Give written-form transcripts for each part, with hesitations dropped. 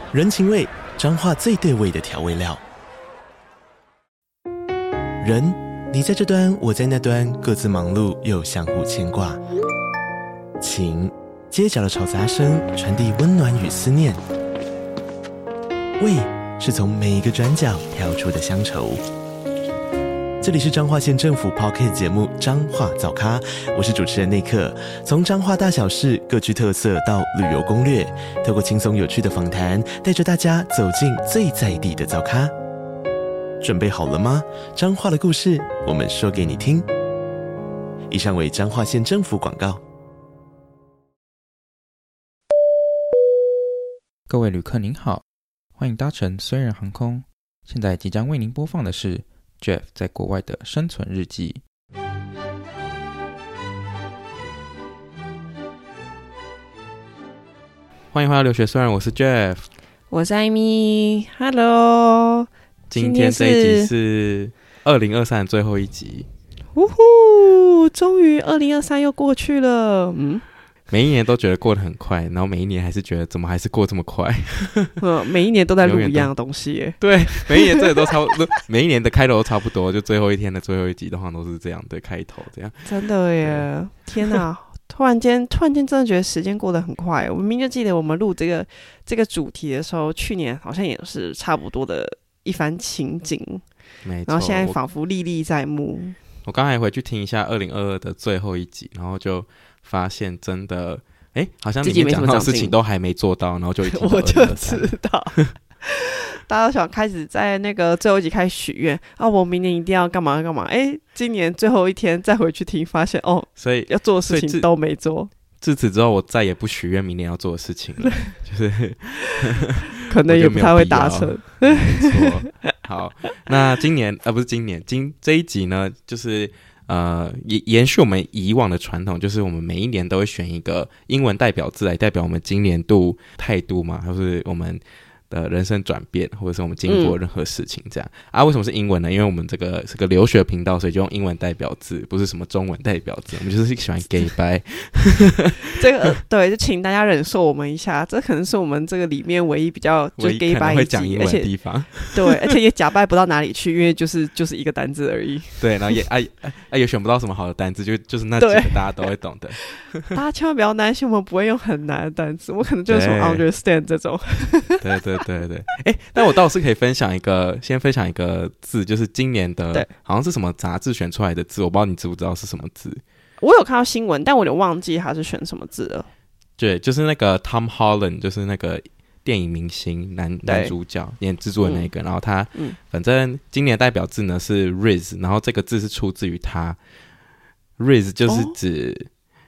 人情味，彰化最对味的调味料。人，你在这端，我在那端，各自忙碌又相互牵挂。情，街角的吵杂声传递温暖与思念。味，是从每一个转角跳出的乡愁。这里是彰化县政府 Podcast 节目《彰化早咖》，我是主持人内克。从彰化大小事各具特色到旅游攻略，透过轻松有趣的访谈，带着大家走进最在地的早咖。准备好了吗？彰化的故事，我们说给你听。以上为彰化县政府广告。 各位旅客您好，欢迎搭乘虽然航空。现在即将为您播放的是 Jeff 在国外的生存日记。欢迎回到留学虽然，我是 Jeff， 我是艾米 ，Hello。 今天这一集是2023最后一集， 呜呼！终于2023又过去了， 每一年都觉得过得很快，然后每一年还是觉得怎么还是过这么快？ 每一年都在录一样的东西耶。 对，每一年这个都差不多，每一年的开头都差不多，就最后一天的最后一集的话都是这样的开头，这样。 真的耶！天哪！突然间真的觉得时间过得很快。我明明就记得我们录这个主题的时候，去年好像也是差不多的一番情景， 没错。 然后现在仿佛历历在目。 我刚才回去听一下2022的最后一集，然后就发现真的，好像里面讲到的事情都还没做到，然后就已经我就知道，大家都想开始在那个最后一集开始许愿啊，我明年一定要干嘛干嘛。今年最后一天再回去听，发现所以要做的事情都没做。 自此之后，我再也不许愿明年要做的事情了，就是可能也不太会达成。 没错。好，那今年不是今年，这一集呢，就是延续我们以往的传统，就是我们每一年都会选一个英文代表字来代表我们今年度态度嘛，或是我们的人生转变，或者是我们经过任何事情这样。为什么是英文呢？因为我们这个是个留学频道，所以就用英文代表字，不是什么中文代表字。我们就是喜欢 gay bye 这个对，就请大家忍受我们一下，这可能是我们这个里面唯一比较就 gay bye 会讲英文的地方。 对，而且也假掰不到哪里去，因为就是一个单字而已。 对，然后也选不到什么好的单字，就是那几个大家都会懂的。 大家千万不要担心，我们不会用很难的单词，我可能就是什么 understand 这种。 对，但我倒是可以先分享一个字，就是今年的好像是什么杂志选出来的字，我不知道你知不知道是什么字。我有看到新闻，但我有点忘记他是选什么字了。 对，就是那个 Tom Holland， 就是那个电影明星男主角演蜘蛛的那个，然后他反正今年的代表字呢是 Riz， 然后这个字是出自于他 Riz， 就是指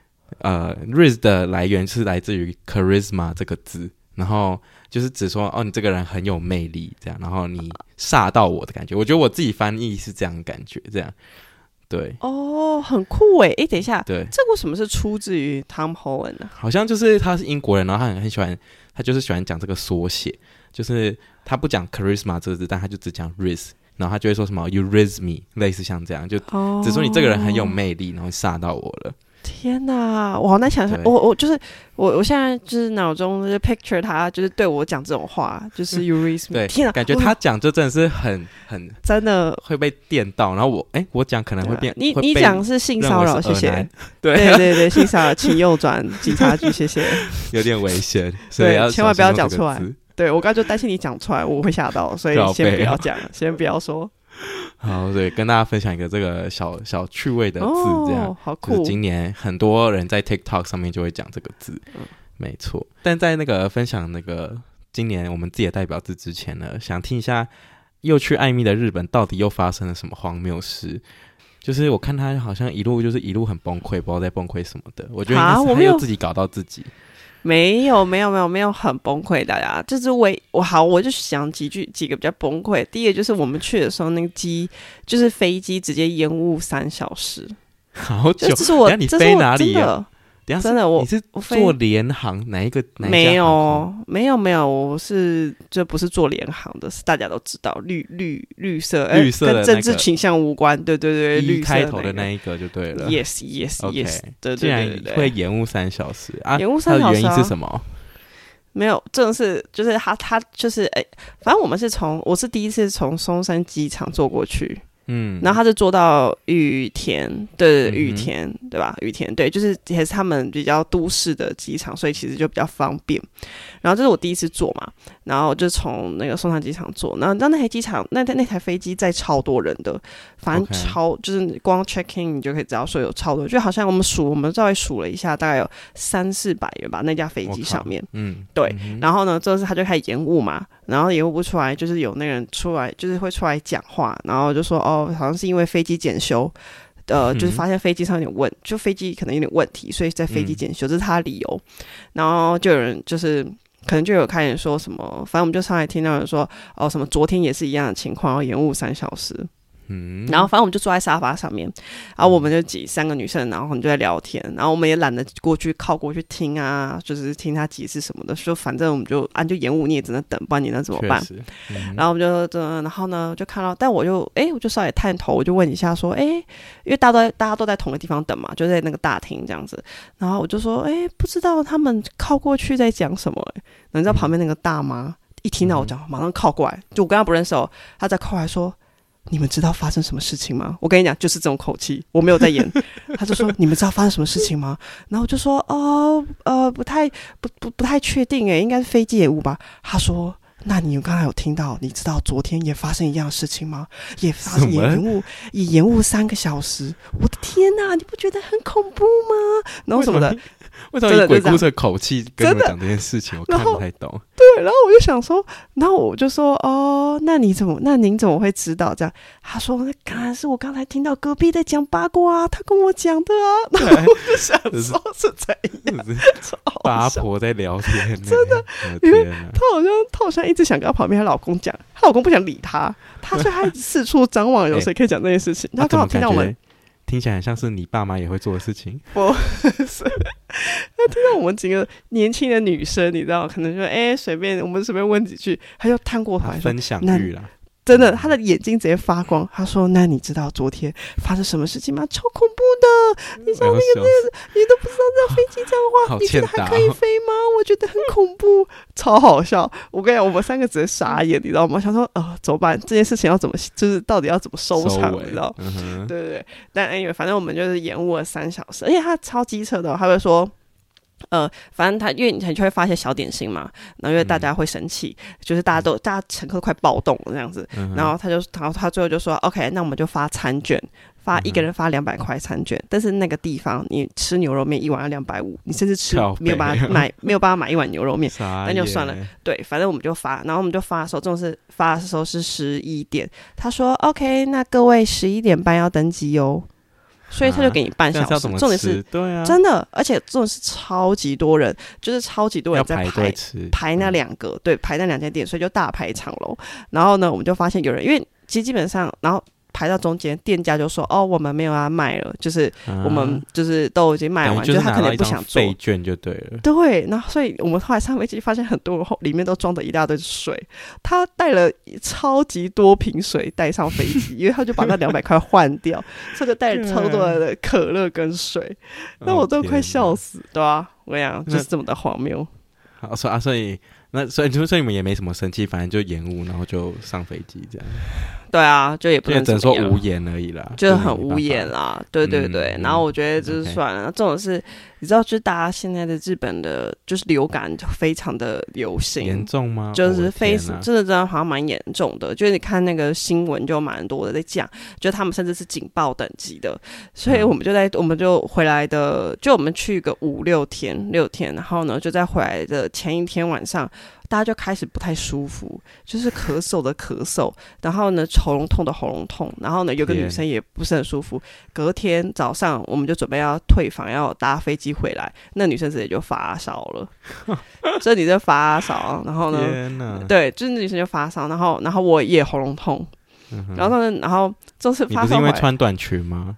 Riz 的来源是来自于 charisma 这个字，然后就是指说你这个人很有魅力这样，然后你煞到我的感觉。我觉得我自己翻译是这样的感觉，这样。对很酷耶。等一下， 对， 这为什么是出自于 Tom Holland 呢？ 好像就是他是英国人，然后他很喜欢，他就是喜欢讲这个缩写，就是他不讲 charisma 这个字，但他就只讲 Riz， 然后他就会说什么 you Riz me， 类似像这样，就只说你这个人很有魅力，然后煞到我了。 天哪，我好难想象。我现在就是脑中就是 picture 他就是对我讲这种话，就是 you raise me。 对， 天哪， 感觉他讲就真的是很真的会被电到，然后我讲可能会变。 你讲是性骚扰，谢谢。 对， 性骚扰，请右转警察局，谢谢。 有点危险，所以千万不要讲出来。对，我刚才就担心你讲出来我会吓到，所以先不要讲，先不要说。 好，对，跟大家分享一个这个小趣味的字，这样好酷。 就是今年很多人在 TikTok 上面就会讲这个字，没错。但在那个分享那个今年我们自己的代表字之前呢，想听一下又去艾米的日本到底又发生了什么荒谬事。就是我看他好像一路很崩溃，不知道在崩溃什么的。我觉得应该是他又自己搞到自己。 没有很崩溃，大家就是我就想几个比较崩溃。第一个就是我们去的时候，那个就是飞机直接延误3小时， 好久。你飞哪里啊？ 真的， 你是坐联航哪一家没有，我这不是坐联航的，是大家都知道绿色的、跟政治倾向无关，对，绿色开头的那一个就对了。 Yes， okay， 对。 竟然会延误3小时啊？ 延误3小时， 它的原因是什么？ 没有，真的是就是他就是反正我是第一次从松山机场坐过去。然后他是坐到羽田，对，羽田对吧？羽田对，就是也是他们比较都市的机场，所以其实就比较方便。然后这是我第一次坐嘛，然后就从那个松山机场坐，然后那台机场那台飞机载超多人的，反正就是光 check in 你就可以知道说有超多人，就好像我们稍微数了一下，大概有300-400人吧，那架飞机上面，对。然后呢，这次他就开始延误嘛，然后延误不出来，就是有那个人出来，就是会出来讲话，然后就说好像是因为飞机检修，就是发现飞机上有点就飞机可能有点问题，所以在飞机检修，这是他的理由。然后就有人就是可能就有开始说什么，反正我们就上来听到人说什么昨天也是一样的情况，要延误3小时。然后反正我们就坐在沙发上面，然后我们就3个女生，然后我们就在聊天，然后我们也懒得靠过去听啊，就是听他解释什么的，说反正我们就延误，你也只能等，不然你能怎么办？然后我们就然后呢就看到，但我就稍微探头，我就问一下说，因为大家都在同个地方等嘛，就在那个大厅这样子，然后我就说，不知道他们靠过去在讲什么，你知道旁边那个大妈一听到我讲，马上靠过来，就我跟他不认识他再靠来说。你们知道发生什么事情吗？我跟你讲，就是这种口气，我没有在演。他就说：“你们知道发生什么事情吗？”然后我就说：“不太确定，应该是飞机延误吧。”他说：“那你刚才有听到？你知道昨天也发生一样的事情吗？也发生延误3个小时。我的天哪，你不觉得很恐怖吗？然后什么的。” 为什么以鬼故事的口气跟你们讲这件事情，我看不太懂。 对，然后我就想说，然后我就说，那您怎么会知道这样？他说，那当然是我刚才听到隔壁在讲八卦啊，他跟我讲的啊。然后我就想说是怎样， 八婆在聊天， 真的，因为她好像一直想跟她旁边她老公讲，她老公不想理她，所以她一直四处张望，有谁可以讲这件事情。她刚好听到我们。 听起来很像是你爸妈也会做的事情。 不是，他听到我们几个年轻的女生，你知道，可能说我们随便问几句，他就探过头来说分享欲啦。 真的，他的眼睛直接发光。他说：“那你知道昨天发生什么事情吗？超恐怖的！你知道那个，你都不知道那飞机这样的话，你觉得还可以飞吗？我觉得很恐怖，超好笑。我跟你讲，我们3个直接傻眼，你知道吗？想说怎么办？这件事情要怎么，就是到底要怎么收场？你知道？对对对。但反正我们就是延误了3小时，而且他超机车的，他会说。”反正因为你就会发现小点心嘛，然后因为大家会生气，就是大家乘客都快暴动了这样子，然后他最后就说 OK， 那我们就发餐卷，一个人发200块餐卷，但是那个地方你吃牛肉面1碗要250，你甚至没有办法买1碗牛肉面，那就算了。对，反正我们就发，然后我们就发的时候，这种是发的时候是11点，他说 OK， 那各位11点半要登机哦。所以他就给你半小时，重点是， 对啊， 真的，而且重点是超级多人，就是超级多人在排那2个，对，排那2间店，所以就大排长龙。然后呢，我们就发现有人，因为其实基本上，然后排到中间，店家就说：“我们没有要卖了，就是我们就是都已经卖完，就是他可能不想做废券就对了。” 对，然后所以我们后来上飞机发现很多里面都装着一大堆水，他带了超级多瓶水带上飞机，因为他就把那200块换掉，所以就带了超多的可乐跟水，那我都快笑死，对啊，我跟你讲，就是这么的荒谬。 好，所以你们也没什么生气，反正就延误，然后就上飞机这样。 对啊，就也不能只能说无言而已啦， 就很无言啦。对对对，然后我觉得就是算了。这种是，你知道，就是大家现在的日本的，就是流感非常的流行， 严重吗？ 就是真的好像蛮严重的。就是你看那个新闻就蛮多的在讲，就他们甚至是警报等级的。所以我们就回来的，就我们去个6天，然后呢，就在回来的前一天晚上。大家就开始不太舒服，就是咳嗽的咳嗽，然后呢喉咙痛的喉咙痛，然后呢有个女生也不是很舒服。隔天早上我们就准备要退房，要搭飞机回来，那女生直接就发烧了，这女生发烧，然后呢，对，就是女生就发烧，然后我也喉咙痛，然后就是发烧。 你不是因为穿短裙吗？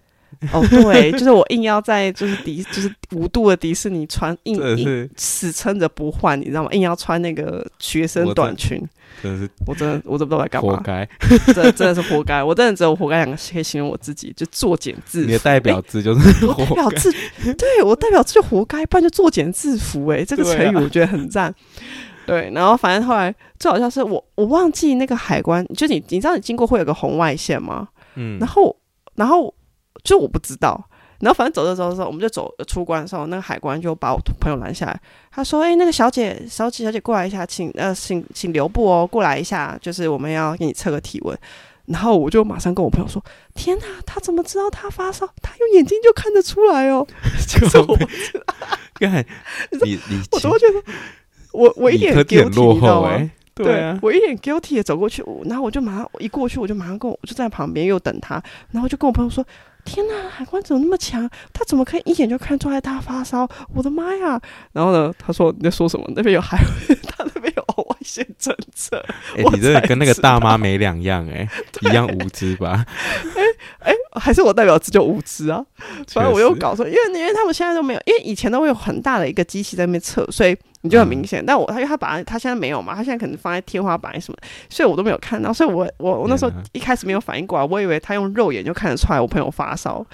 哦，对，就是我硬要在就是5度的迪士尼穿，硬死撑着不换，你知道吗？硬要穿那个学生短裙， 真的是我真的不知道在干嘛， 活该， 真的是活该。我真的只有活该2个可以形容我自己，就作茧自缚。 你的代表字就是活该， 对，我代表字就活该，不然就作茧自缚。这个成语我觉得很赞。对，然后反正后来最好笑是我忘记那个海关，就你知道你经过会有个红外线吗？然后就我不知道，然后反正走着走着，我们就出关的时候，那个海关就把我朋友拦下来，他说：“那个小姐过来一下，请留步哦，过来一下，就是我们要给你测个体温。”然后我就马上跟我朋友说：“天哪，他怎么知道他发烧？他用眼睛就看得出来哦。”就是我，我怎么觉得？我一点 guilty， 你知道吗？对啊，我一点 guilty 的走过去，然后我就马上一过去，我就马上我就在旁边又等他，然后就跟我朋友说：“天哪，海关怎么那么强？他怎么可以一眼就看出来他发烧？我的妈呀！”然后呢，他说：“你在说什么？那边有他那边有红外线侦测。” 你真的跟那个大妈没两样一样无知吧？ 还是我代表字就无知啊？反正我又搞错，因为他们现在都没有，因为以前都会有很大的一个机器在那边测，所以你就很明显。但因为他现在没有嘛，他现在可能放在天花板什么，所以我都没有看到。所以我那时候一开始没有反应过来，我以为他用肉眼就看得出来我朋友发烧。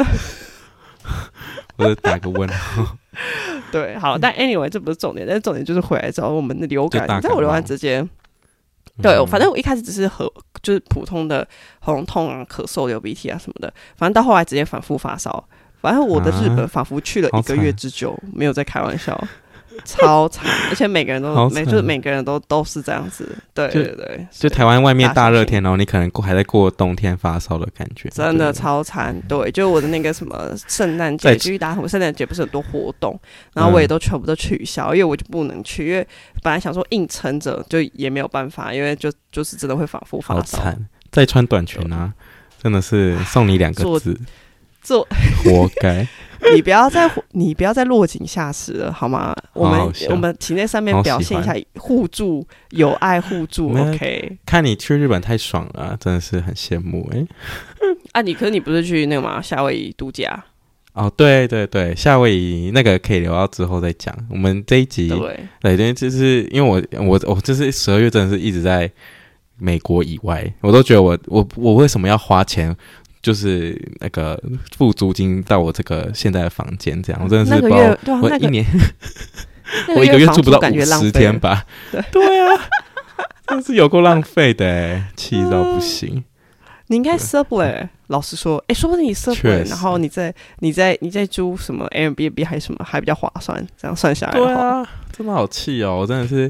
我就打个问号。 对，好，但 anyway 这不是重点，但是重点就是回来之后我们的流感，你知道我流感直接。对，反正我一开始只是就是普通的喉咙痛啊、咳嗽、流鼻涕啊什么的，反正到后来直接反复发烧。反正我的日本仿佛去了1个月之久，没有在开玩笑，超惨，而且每个人都是这样子。对对对， 就台湾外面大热天，然后你可能还在过冬天发烧的感觉， 真的超惨。对，就我的那个什么圣诞节，就打什么圣诞节不是很多活动，然后我也都全部都取消，因为我就不能去，因为本来想说硬撑着，就也没有办法，因为就是真的会反复发烧。好惨， 再穿短裙啊，真的是送你2个字。活该！ 你不要再落井下石了，好吗？我们请在上面表现一下互助、友爱互助。OK， 看你去日本太爽了，真的是很羡慕可是你不是去那个吗？夏威夷度假？ 哦，对对对，夏威夷那个可以留到之后再讲。我们这一集对，就是因为我就是12月真的是一直在美国以外，我都觉得我为什么要花钱？就是那个付租金到我这个现在的房间，这样我真的是我一年我1个月住不到50天吧？对啊，真是有够浪费的气到不行。 你应该 Subway， 老实说，说不定你 Subway， 然后你再租什么 Airbnb 还是什么还比较划算，这样算下来的话， 对啊，真的好气哦！我真的是，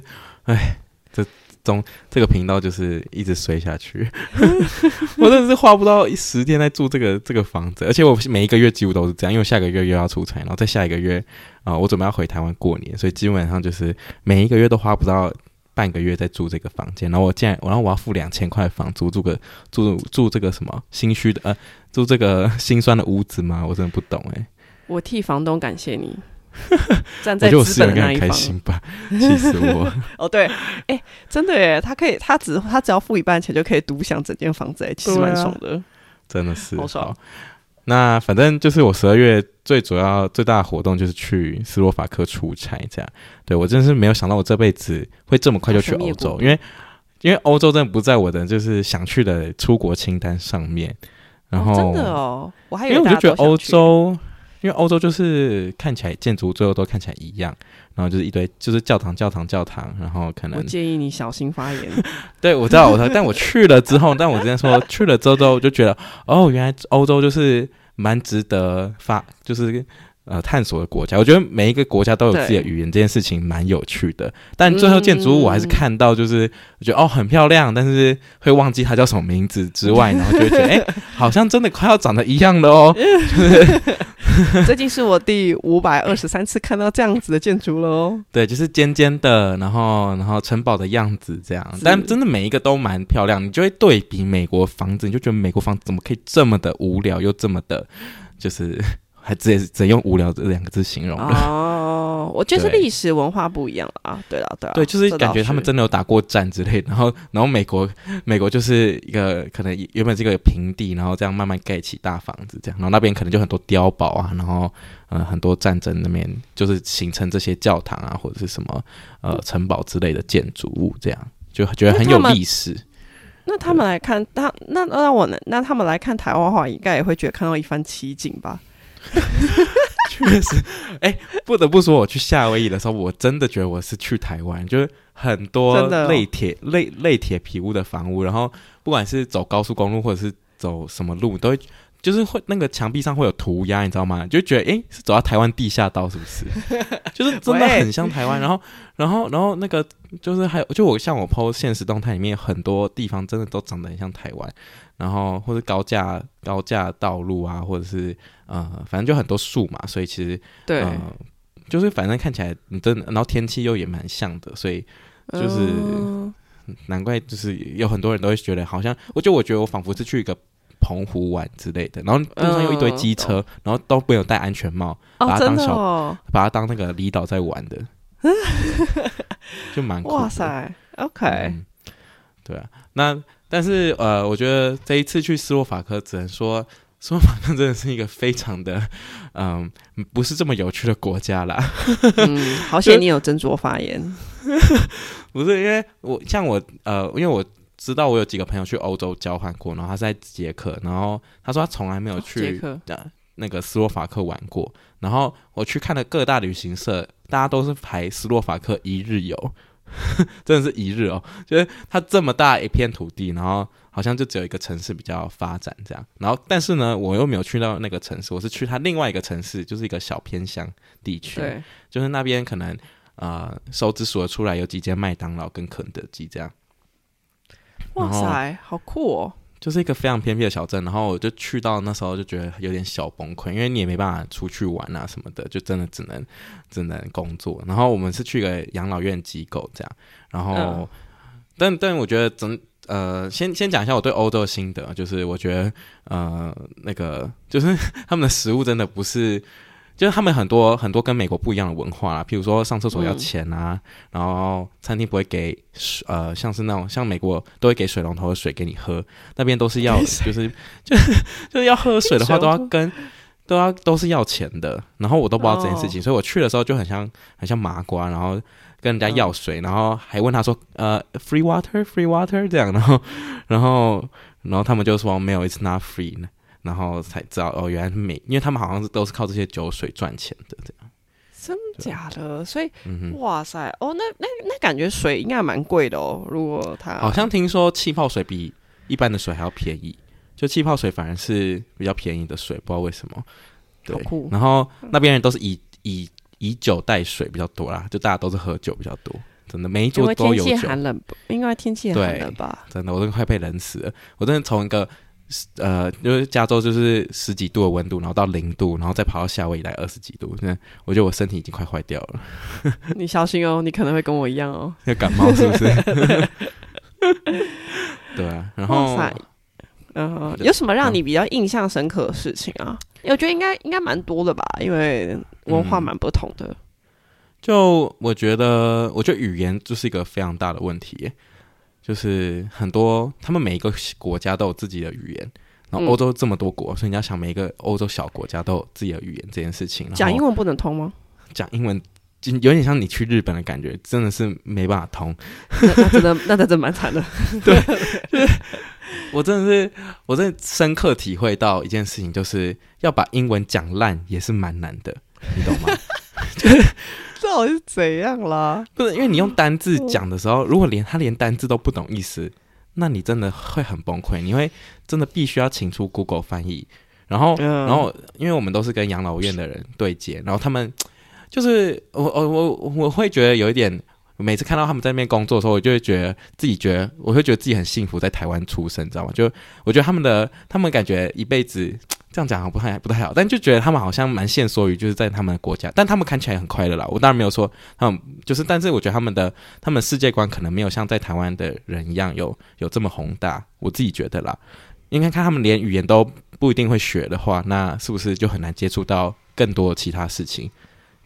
这个频道就是一直衰下去，我真的是花不到10天在住这个房子，而且我每一个月几乎都是这样，因为我下个月又要出差，然后再下一个月我准备要回台湾过年，所以基本上就是每一个月都花不到半个月在住这个房间，然后我要付2000块房租，住这个什么心虚的住这个心酸的屋子吗？我真的不懂我替房东感谢你。站在资本的那一方， 我觉得我室友应该很开心吧，气死我！ 哦，对，真的耶，他只要付一半钱就可以独享整间房子，其实蛮爽的， 真的是好爽。 那反正就是我12月最大的活动就是去斯洛伐克出差，这样。对，我真的是没有想到我这辈子会这么快就去欧洲，因为欧洲真的不在我的就是想去的出国清单上面。然后真的我还以为因为我就觉得欧洲。因为欧洲就是看起来建筑最后都看起来一样，然后就是一堆就是教堂，然后可能我建议你小心发言。 对，我知道，但我去了之后，但我之前说去了之后我就觉得原来欧洲就是蛮值得就是探索的国家。我觉得每一个国家都有自己的语言，这件事情蛮有趣的。但最后建筑物我还是看到，就是我觉得很漂亮，但是会忘记它叫什么名字之外，然后就会觉得好像真的快要长得一样了哦。 最近是我第523次看到这样子的建筑了哦。 对，就是尖尖的，然后城堡的样子这样，但真的每一个都蛮漂亮。你就会对比美国房子，你就觉得美国房子怎么可以这么的无聊，又这么的，就是还直接用无聊这2个字形容的。 我觉得是历史文化不一样啊。对啦， 对，就是感觉他们真的有打过战之类的。然后美国就是一个可能原本是一个平地，然后这样慢慢盖起大房子这样，然后那边可能就很多碉堡啊，然后很多战争那边就是形成这些教堂啊或者是什么城堡之类的建筑物，这样就觉得很有历史。 那他们来看，那他们来看台湾的话，应该也会觉得看到一番奇景吧？ 确实，不得不说，我去夏威夷的时候，我真的觉得我是去台湾，就是很多类铁皮屋的房屋，然后不管是走高速公路或者是走什么路，都会就是会那个墙壁上会有涂鸦，你知道吗？就觉得是走到台湾地下道是不是？就是真的很像台湾。然后那个就是还有就我像我 po 现实动态里面很多地方真的都长得很像台湾，然后或是高架道路啊，或者是反正就很多树嘛，所以其实对， 就是反正看起来你真的，然后天气又也蛮像的，所以就是难怪就是有很多人都会觉得好像我觉得我仿佛是去一个澎湖玩之类的，然后路上有一堆机车，然后都没有戴安全帽，把它当那个离岛在玩的，就蛮酷的。 哇塞 ，OK， 对啊，那但是我觉得这一次去斯洛伐克，只能说斯洛伐克真的是一个非常的不是这么有趣的国家啦。 好险你有斟酌发言。 不是因为因为我知道我有几个朋友去欧洲交换过，然后他是在捷克，然后他说他从来没有去那个斯洛伐克玩过，然后我去看了各大旅行社，大家都是排斯洛伐克一日游，真的是一日哦，就是它这么大一片土地，然后好像就只有一个城市比较发展这样，然后但是呢我又没有去到那个城市，我是去它另外一个城市，就是一个小偏乡地区，对，就是那边可能手指数得出来有几间麦当劳跟肯德基这样。 哇塞，好酷哦！ 就是一个非常偏僻的小镇，然后我就去到那时候就觉得有点小崩溃，因为你也没办法出去玩啊什么的，就真的只能工作。然后我们是去一个养老院机构这样，然后但我觉得先讲一下我对欧洲的心得，就是我觉得那个就是他们的食物真的不是。就是他们很多跟美国不一样的文化啦，譬如说上厕所要钱啊，然后餐厅不会给像是那种像美国都会给水龙头的水给你喝，那边都是要就是要喝水的话都是要钱的，然后我都不知道这件事情，所以我去的时候就很像麻瓜，然后跟人家要水，然后还问他说free water 这样，然后他们就说没有 it's not free 呢。然后才知道原来因为他们好像都是靠这些酒水赚钱的，这样。 真假的？所以，哇塞，那感觉水应该蛮贵的哦。如果他好像听说气泡水比一般的水还要便宜，就气泡水反而是比较便宜的水，不知道为什么。对， 好酷。 然后那边人都是以酒代水比较多啦，就大家都是喝酒比较多。真的，每一桌都有酒。 因为天气寒冷，因为天气寒冷吧？ 真的，我都快被冷死了。我真的从一个就是加州就是10几度的温度，然后到0度，然后再跑到夏威夷来20几度，我觉得我身体已经快坏掉了。 你小心哦，你可能会跟我一样哦， 要感冒是不是？对啊，然后有什么让你比较印象深刻的事情啊？我觉得应该蛮多的吧，因为文化蛮不同的。 就我觉得语言就是一个非常大的问题耶。就是很多，他们每一个国家都有自己的语言，然后欧洲这么多国，所以你要想每一个欧洲小国家都有自己的语言这件事情。 讲英文不能通吗？ 讲英文有点像你去日本的感觉，真的是没办法通。 那真的蛮惨的。 对，我真的深刻体会到一件事情，就是要把英文讲烂也是蛮难的，你懂吗？ 到底是怎样啦？ 不是因为你用单字讲的时候，如果他连单字都不懂意思，那你真的会很崩溃，你会真的必须要请出 Google 翻译。然后因为我们都是跟养老院的人对接，然后他们就是我会觉得有一点，每次看到他们在那边工作的时候，我就会觉得我会觉得自己很幸福，在台湾出生，你知道吗？就我觉得他们感觉一辈子。这样讲好像不太好，但就觉得他们好像蛮限缩于就是在他们的国家，但他们看起来很快乐啦。我当然没有说他们就是，但是我觉得他们世界观可能没有像在台湾的人一样有这么宏大。我自己觉得啦，因为看他们连语言都不一定会学的话，那是不是就很难接触到更多其他事情？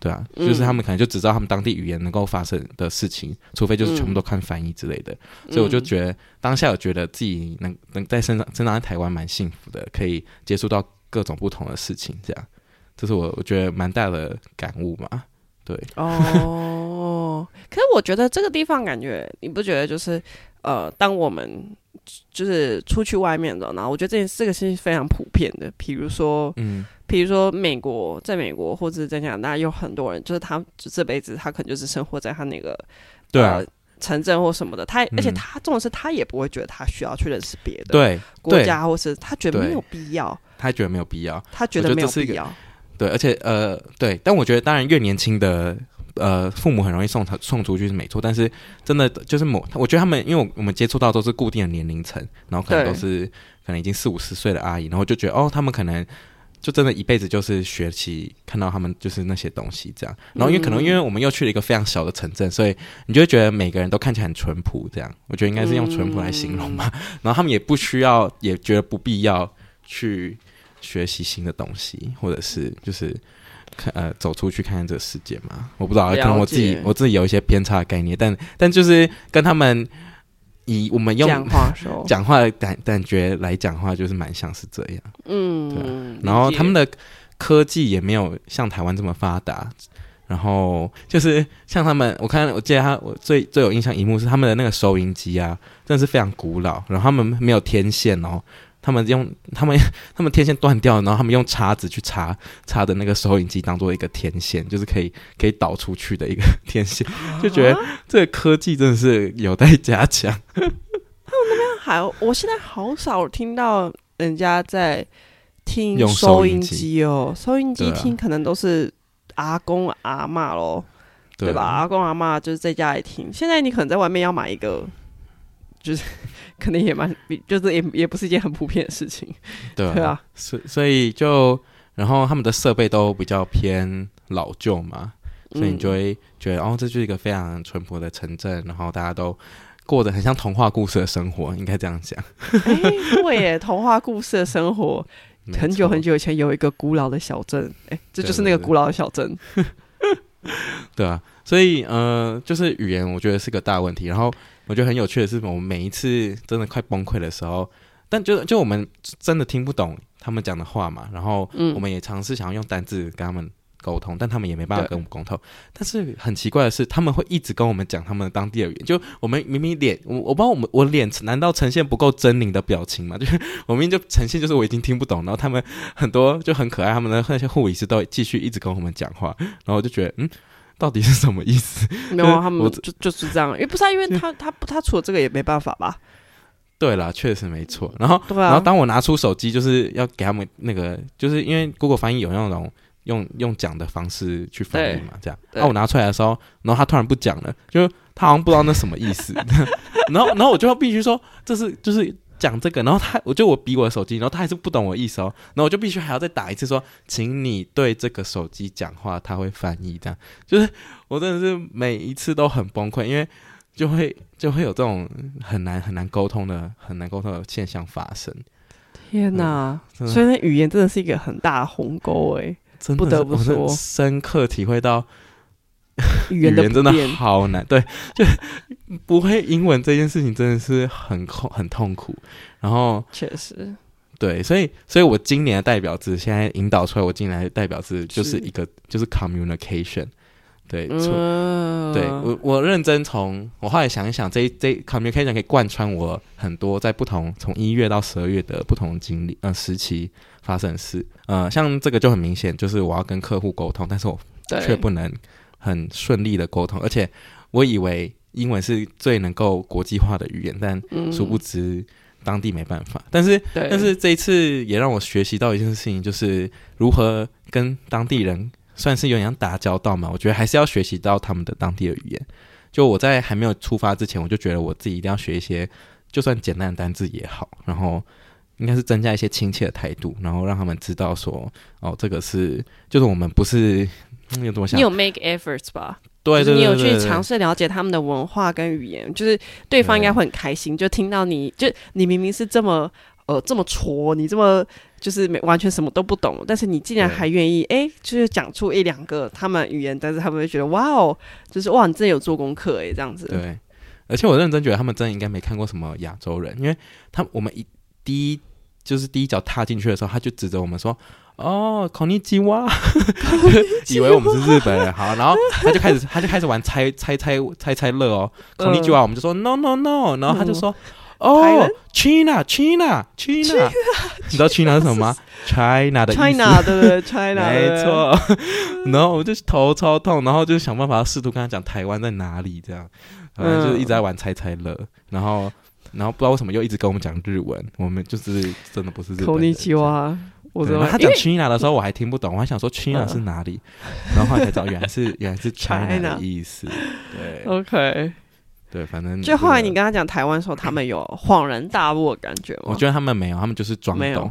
对啊，就是他们可能就只知道他们当地语言能够发生的事情，除非就是全部都看翻译之类的。所以我就觉得当下我觉得自己能在生长在台湾蛮幸福的，可以接触到各种不同的事情，这样，这是我觉得蛮大的感悟嘛。对哦，可是我觉得这个地方感觉你不觉得就是当我们就是出去外面的，然后我觉得这个是非常普遍的，比如说在美国或者在加拿大有很多人，就是他这辈子他可能就是生活在他那个对啊。 城镇或什么的，而且他重点是他也不会觉得他需要去认识别的国家，或是他觉得没有必要， 他觉得没有必要， 他觉得没有必要。 对，而且对，但我觉得当然越年轻的父母很容易送出去是没错，但是真的就是我觉得他们因为我们接触到都是固定的年龄层，然后可能都是可能已经40-50岁的阿姨，然后就觉得他们可能就真的一辈子就是学习看到他们就是那些东西这样，然后因为我们又去了一个非常小的城镇，所以你就会觉得每个人都看起来很淳朴这样，我觉得应该是用淳朴来形容吧。然后他们也不需要，也觉得不必要去学习新的东西，或者是就是走出去看看这个世界嘛。我不知道，可能我自己有一些偏差的概念，但就是跟他们以我们用讲话的感觉来讲话，就是蛮像是这样。对。然后他们的科技也没有像台湾这么发达，然后就是像他们，我记得我最有印象一幕是他们的那个收音机啊，真的是非常古老，然后他们没有天线哦。他们天线断掉了，然后他们用叉子去插的那个收音机当做一个天线，就是可以导出去的一个天线，就觉得这个科技真的是有待加强。 他们那边我现在好少听到人家在听收音机哦，收音机听可能都是阿公阿嬷咯，对吧？阿公阿嬷就是在家里听，现在你可能在外面要买一个，就是可能也就是也不是一件很普遍的事情，对啊， 所以然后他们的设备都比较偏老旧嘛，所以你就会觉得这就是一个非常淳朴的城镇，然后大家都过得很像童话故事的生活，应该这样讲。 对耶，童话故事的生活，很久很久以前有一个古老的小镇，这就是那个古老的小镇。 对啊，所以就是语言我觉得是个大问题，然后我觉得很有趣的是我们每一次真的快崩溃的时候，但就我们真的听不懂他们讲的话嘛，然后我们也尝试想要用单字跟他们沟通，但他们也没办法跟我们沟通。但是很奇怪的是，他们会一直跟我们讲他们的当地的语言，就我们明明脸，我不知道我脸难道呈现不够狰狞的表情吗？就是我明明就呈现就是我已经听不懂，然后他们很多就很可爱，他们的那些护理师都继续一直跟我们讲话，然后我就觉得到底是什么意思？ 没有，他们就是这样，因为他除了这个也没办法吧。 对啦，确实没错。然后当我拿出手机，就是要给他们那个，就是因为 Google 翻译有那种用讲的方式去翻译嘛，这样。我拿出来的时候，然后他突然不讲了，就他好像不知道那什么意思。然后我就必须说，这是就是讲这个，然后我比我的手机，然后他还是不懂我的意思哦，然后我就必须还要再打一次说，请你对这个手机讲话，他会翻译。这样就是我真的是每一次都很崩溃，因为就会有这种很难沟通的现象发生。 天哪！所以那语言真的是一个很大的鸿沟真的不得不说， 深刻体会到语言真的好难。对，就不会英文这件事情真的是很痛苦。然后确实对，所以我今年的代表字现在引导出来，我今年的代表字就是一个就是 communication。对，对我认真我后来想一想，这 communication 可以贯穿我很多在不同从1月到12月的不同经历时期发生的事。像这个就很明显，就是我要跟客户沟通，但是我却不能很顺利的沟通，而且我以为英文是最能够国际化的语言，但殊不知当地没办法。但是这一次也让我学习到一件事情，就是如何跟当地人算是有点像打交道嘛，我觉得还是要学习到他们的当地的语言。就我在还没有出发之前，我就觉得我自己一定要学一些就算简单的单字也好，然后应该是增加一些亲切的态度，然后让他们知道说这个是就是我们不是怎么想， 你有 make efforts 吧？ 对， 就是你有去尝试了解他们的文化跟语言，就是对方应该会很开心，就听到你明明是这么挫，你这么就是完全什么都不懂，但是你竟然还愿意就是讲出一两个他们语言，但是他们会觉得哇哦，就是哇你真的有做功课这样子。 对，而且我认真觉得他们真的应该没看过什么亚洲人，因为我们第一脚踏进去的时候，他就指着我们说哦こんにちは以为我们是日本人。好，然后他就开始玩猜乐哦こんにちは我们就说 no no no， 然后他就说哦 China， 你知道 China 是什么吗？China 的意思 China 对不对 China 没错。然后我就头超痛，然后就想办法试图跟他讲台湾在哪里这样，反正就是一直在玩猜乐，然后不知道为什么又一直跟我们讲日文，我们就是真的不是日本人。 Konnichiwa， 他讲 China 的时候我还听不懂，我还想说 China 是哪里，然后后来才知道原来是 China 的意思。对 ，OK， 对， 反正就后来你跟他讲台湾的时候，他们有恍然大悟的感觉吗？ 我觉得他们没有，他们就是装懂。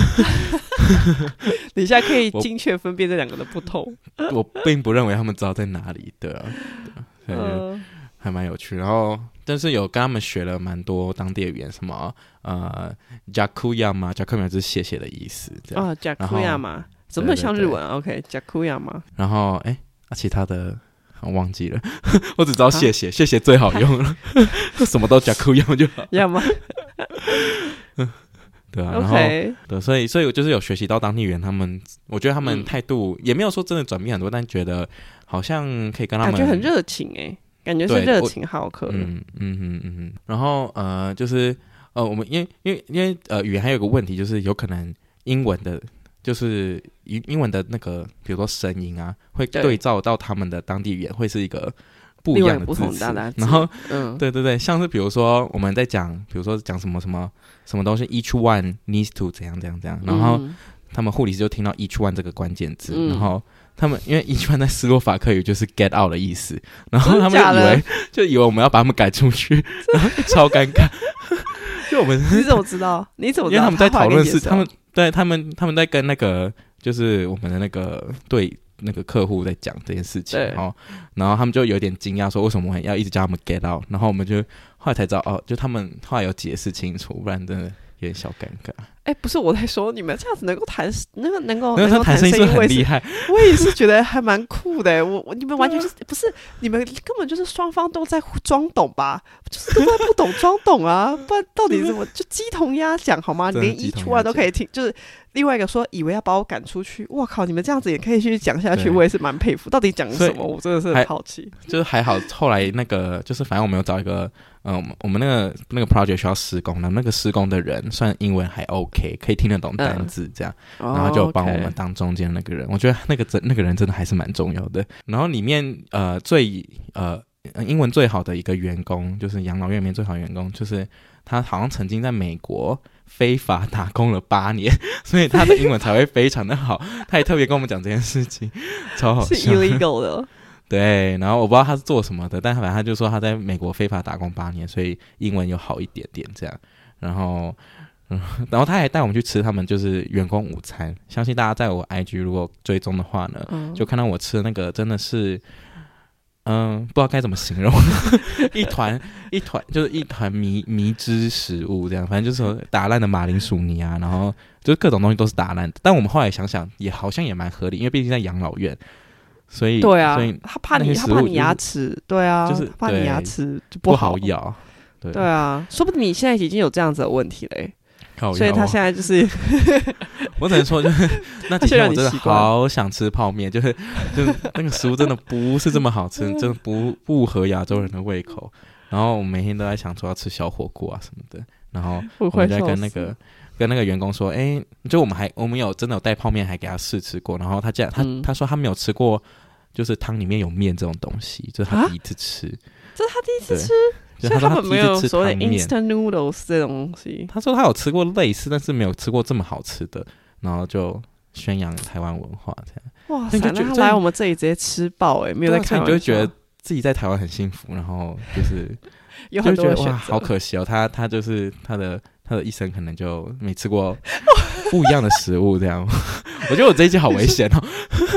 你现在可以精确分辨这两个的不同。 我并不认为他们知道在哪里，对啊，还蛮有趣。然后但是有跟他们学了蛮多当地的语言，什么Jakuyama 就是谢谢的意思，这样。 Jakuyama 怎么像日文啊 ？OK Jakuyama。 然后其他的我忘记了，我只知道谢谢，谢谢最好用了，什么都Jakuyama就好。Yama 对啊，然后对，所以我就是有学习到当地语言，我觉得他们态度也没有说真的转变很多，但觉得好像可以跟他们感觉很热情感觉是热情好客。 然后就是我们因为语言还有一个问题，就是有可能英文的，就是英文的那个，比如说声音啊，会对照到他们的当地语言，会是一个不一样的字词。然后对，像是比如说我们在讲，比如说讲什么东西 each one needs to 怎样，然后他们护理师就听到 each one 这个关键字，然后他们因为 each one 在斯洛伐克语就是 get out 的意思，然后他们就以为我们要把他们赶出去，然后就超尴尬。就我们你怎么知道？因为他们在讨论是他们在跟那个就是我们的那个那个客户在讲这件事情，然后他们就有点惊讶，说为什么我们要一直叫他们 get out， 然后我们就后来才知道就他们后来有解释清楚，不然真的有点小尴尬。 不是我在说你们这样子能够弹能够弹声音是很厉害， 我也是觉得还蛮酷的。你们完全就是不是你们根本就是双方都在装懂吧？就是都在不懂装懂啊，不然到底怎么就鸡同鸭讲好吗？连一出来都可以听，就是另外一个说以为要把我赶出去，哇靠！你们这样子也可以去讲下去，我也是蛮佩服。到底讲什么？我真的是很好奇。 就是还好，后来那个就是反正我们有找一个我们那个 project 需要施工的，那个施工的人算英文还 OK， 可以听得懂单字这样，然后就帮我们当中间那个人。我觉得那个人真的还是蛮重要的。然后里面英文最好的一个员工，就是养老院里面最好的员工，就是他好像曾经在美国非法打工了8年，所以他的英文才会非常的好。他也特别跟我们讲这件事情，超好笑。 是 illegal 的。 对，然后我不知道他是做什么的，但反正他就说他在美国非法打工8年，所以英文有好一点点这样。然后他还带我们去吃他们就是员工午餐，相信大家在我 IG 如果追踪的话呢，就看到我吃的那个真的是不知道该怎么形容一团就是一团迷之食物这样，反正就是说打烂的马铃薯泥啊，然后就是各种东西都是打烂的。但我们后来想想也好像也蛮合理，因为毕竟在养老院，所以对啊， 所以他怕你牙齿，对啊，就是怕你牙齿就不好咬。 对啊，说不定你现在已经有这样子的问题嘞。所以他现在就是我只能说就是那几天我真的好想吃泡面，就是那个食物真的不是这么好吃，真的不合亚洲人的胃口。然后我每天都在想说要吃小火锅啊什么的，然后我们在跟那个员工说，就我们有真的有带泡面还给他试吃过，然后他说他没有吃过就是汤里面有面这种东西，这是他第一次吃。 这是他第一次吃？ 所以他说他没有所谓的 instant noodles 这种东西。 他说他有吃过类似，但是没有吃过这么好吃的，然后就宣扬台湾文化这样。 哇塞，那他来我们这里直接吃爆没有在开玩笑， 你就会觉得自己在台湾很幸福，然后就是有很多的选择。 好可惜哦，他就是他的一生可能就没吃过不一样的食物这样。我觉得我这一集好危险哦。 对啊，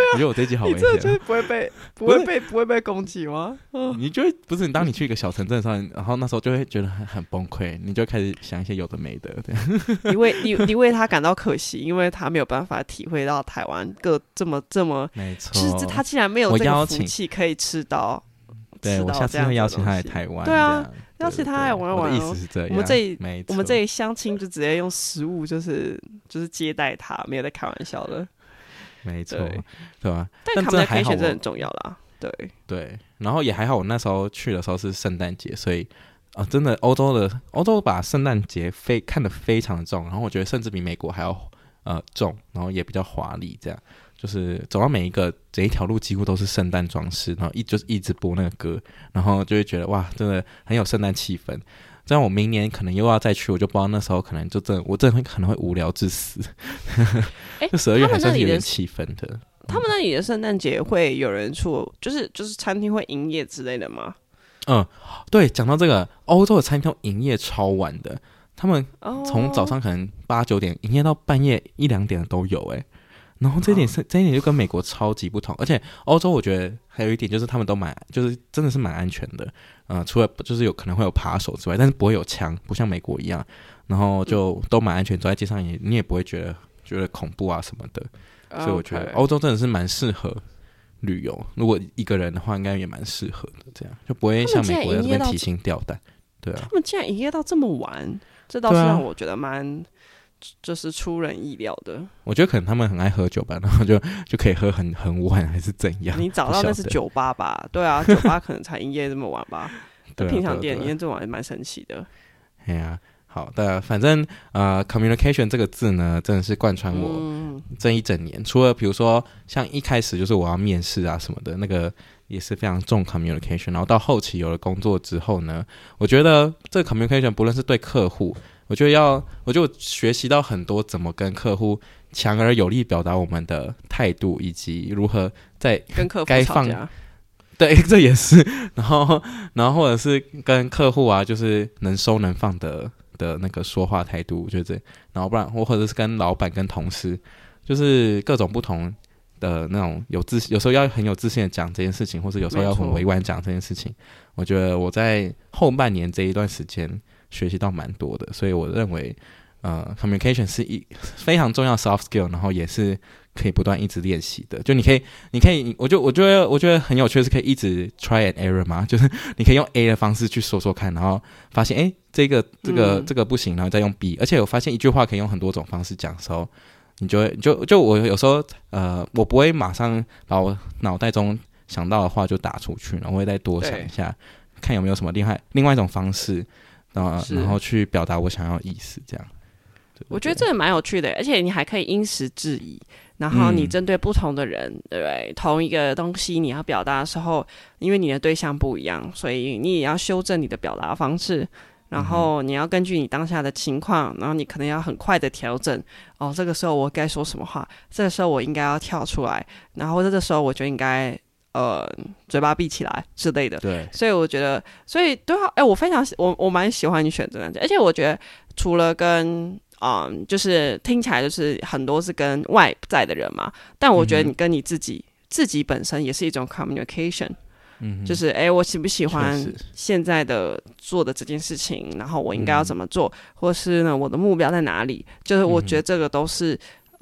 我觉得我这一集好危险。 你这就是不会被攻击吗？ 你就会不是你当你去一个小城镇上，然后那时候就会觉得很崩溃，你就开始想一些有的没的。 你为他感到可惜，因为他没有办法体会到台湾这么， 没错， 就是他竟然没有这个福气可以吃到。 对，我下次会邀请他来台湾。 对啊，邀请他来玩玩。 我的意思是这样。 我们这里相亲就直接用食物，就是接待他，没有在开玩笑的。 没错，对吧？ 但 communication 真的很重要啦。 对，然后也还好，我那时候去的时候是圣诞节，所以真的欧洲把圣诞节看得非常的重，然后我觉得甚至比美国还要重，然后也比较华丽，这样。就是走到这一条路几乎都是圣诞装饰，然后就是一直播那个歌，然后就会觉得哇，真的很有圣诞气氛。这样我明年可能又要再去，我就不知道那时候可能我真的可能会无聊至死。就12月还算是有点气氛的。 他们那里的圣诞节会有人出，就是餐厅会营业之类的吗？ 对，讲到这个，欧洲的餐厅营业超晚的，他们从早上可能8、9点营业到半夜1、2点的都有然后这一点就跟美国超级不同，而且欧洲我觉得还有一点就是他们都就是真的是蛮安全的，除了就是有可能会有扒手之外，但是不会有枪，不像美国一样，然后就都蛮安全，走在街上你也不会觉得恐怖啊什么的，所以我觉得欧洲真的是蛮适合旅游，如果一个人的话应该也蛮适合的，这样就不会像美国在这边提心吊胆。对啊， 他们竟然营业到这么晚，这倒是让我觉得蛮。就是出人意料的， 我觉得可能他们很爱喝酒吧，然后就可以喝很晚还是怎样？ 你找到那是酒吧吧？对啊，酒吧可能才营业这么晚吧？对平常店营业这么晚蛮神奇的。 哎呀，好的，反正communication 这个字呢，真的是贯穿我这一整年。除了比如说像一开始就是我要面试啊什么的，那个也是非常重 communication， 然后到后期有了工作之后呢，我觉得这个 communication 不论是对客户。我就学习到很多怎么跟客户强而有力表达我们的态度，以及如何在跟客户吵架。 对，这也是。然后或者是跟客户啊，就是能收能放的那个说话态度，就这。然后不然或者是跟老板、跟同事，就是各种不同的那种有时候要很有自信的讲这件事情，或者有时候要很委婉讲这件事情。我觉得我在后半年这一段时间。学习到蛮多的，所以我认为communication 是非常重要的 soft skill， 然后也是可以不断一直练习的。就你可以，我觉得很有趣的是可以一直 try and error 嘛，就是你可以用 A 的方式去说看，然后发现这个不行，然后再用 B。而且我发现一句话可以用很多种方式讲的时候，你就会就我有时候我不会马上把我脑袋中想到的话就打出去，然后我会再多想一下，看有没有什么另外一种方式。然后去表达我想要的意思，这样。 我觉得这个蛮有趣的，而且你还可以因时制宜。然后你针对不同的人，对不对？同一个东西你要表达的时候，因为你的对象不一样，所以你也要修正你的表达方式。然后你要根据你当下的情况，然后你可能要很快的调整。这个时候我该说什么话？这个时候我应该要跳出来，然后这个时候我就应该。嘴巴闭起来之类的， 对， 所以我觉得，对啊，我非常我蛮喜欢你选择那样，而且我觉得除了跟就是听起来就是很多是跟外在的人嘛，但我觉得你跟你自己本身也是一种 communication，就是我喜不喜欢现在的做的这件事情，然后我应该要怎么做，或是呢我的目标在哪里，就是我觉得这个都是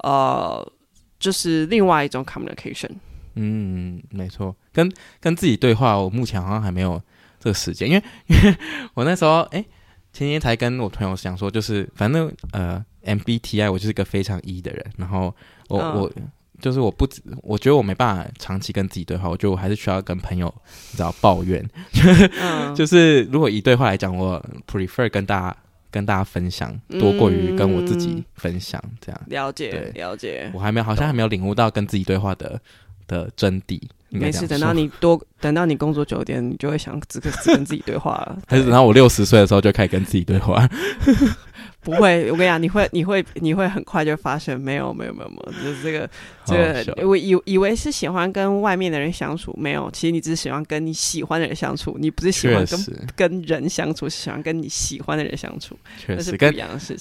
就是另外一种 communication。 没错，跟自己对话，我目前好像还没有这个时间，因为我那时候前天才跟我朋友讲说，就是反正MBTI 我就是一个非常 E 的人，然后我就是我觉得我没办法长期跟自己对话，我觉得我还是需要跟朋友你知道抱怨，就是如果以对话来讲，我 prefer 跟大家分享多过于跟我自己分享，这样了解。 我好像还没有领悟到跟自己对话的真谛。 没事，等到你工作久点，你就会想只跟自己对话了。 还是等到我60岁的时候就开始跟自己对话？ 不会，我跟你讲，你会很快就发现没有，就是这个，我以为是喜欢跟外面的人相处，没有，其实你只是喜欢跟你喜欢的人相处，你不是喜欢跟人相处，是喜欢跟你喜欢的人相处，这是不一样的事情。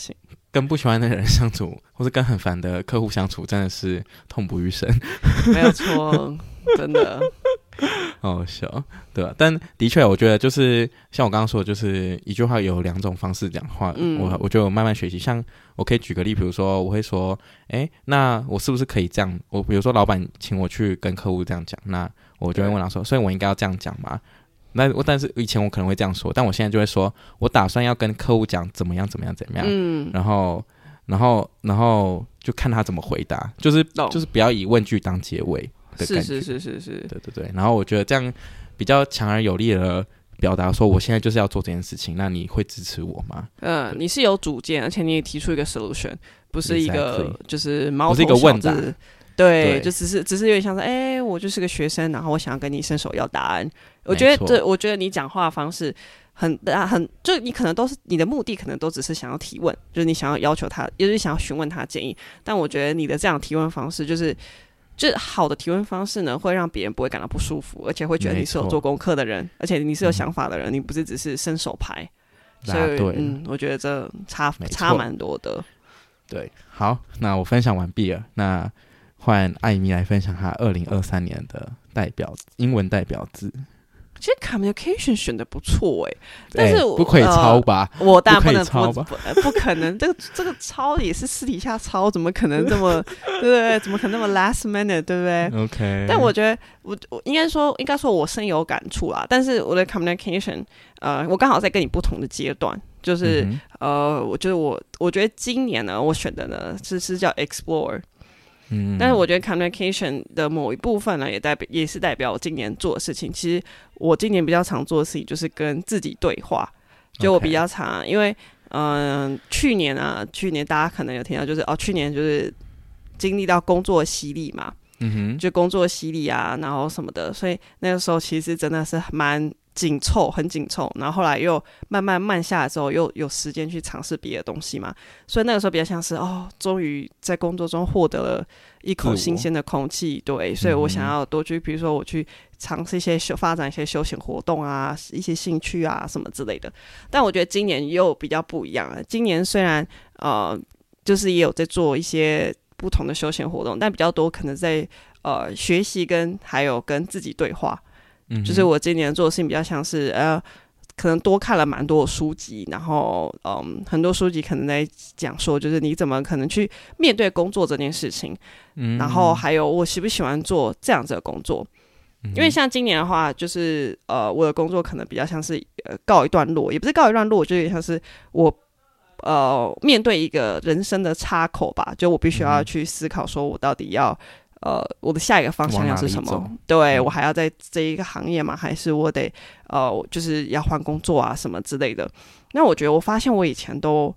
跟不喜欢的人相处，或是跟很烦的客户相处，真的是痛不欲生。 没有错，真的。 好笑，对吧？但的确，我觉得就是像我刚刚说的，就是一句话有2种方式讲话。我就慢慢学习。像我可以举个例，比如说我会说，那我是不是可以这样？我比如说老板请我去跟客户这样讲，那我就会问他说，所以我应该要这样讲吗？但是以前我可能会这样说，但我现在就会说，我打算要跟客户讲怎么样，然后就看他怎么回答，就是不要以问句当结尾。是，对，然后我觉得这样比较强而有力的表达说我现在就是要做这件事情，那你会支持我吗？ 你是有主见，而且你也提出一个 solution， 不是一个就是毛头不是一个问答， 对，就只是有点像是我就是个学生，然后我想要跟你伸手要答案。我觉得你讲话的方式很就你可能都是你的目的可能都只是想要提问，就是你想要要求他，也就是想要询问他建议，但我觉得你的这样提问方式就是好的提问方式呢，会让别人不会感到不舒服，而且会觉得你是有做功课的人，而且你是有想法的人，你不是只是伸手牌。所以我觉得这差蛮多的。 对，好，那我分享完毕了，那换艾米来分享她2023年的英文代表字。 其实 communication 选的不错但是不可以抄吧？ 我当然不能抄吧， 不可能。这个抄也是私底下抄，怎么可能这么对不对？怎么可能那么 last minute 对不对 ？OK。 但我觉得我应该说我深有感触啦。但是我的 communication，我刚好在跟你不同的阶段，就是我觉得今年呢，我选的呢是叫 explore。但是我觉得 communication 的某一部分呢，也是代表我今年做的事情。其实我今年比较常做的事情就是跟自己对话。就我比较常，因为去年大家可能有听到，就是去年就是经历到工作洗礼嘛，就工作洗礼啊，然后什么的，所以那个时候其实真的是很紧凑，然后后来又慢下来之后，又有时间去尝试别的东西嘛，所以那个时候比较像是终于在工作中获得了一口新鲜的空气，对，所以我想要多去，比如说我去尝试发展一些休闲活动啊，一些兴趣啊什么之类的。但我觉得今年又比较不一样了，今年虽然就是也有在做一些不同的休闲活动，但比较多可能在学习还有跟自己对话。就是我今年做的事情比较像是可能多看了蛮多的书籍，然后很多书籍可能在讲说，就是你怎么可能去面对工作这件事情，然后还有我喜不喜欢做这样子的工作。因为像今年的话，就是我的工作可能比较像是告一段落，也不是告一段落，就有点像是我面对一个人生的岔口吧，就我必须要去思考说我到底要我的下一个方向要是什么？对，我还要在这一个行业吗？还是我得就是要换工作啊什么之类的？那我觉得我发现我以前都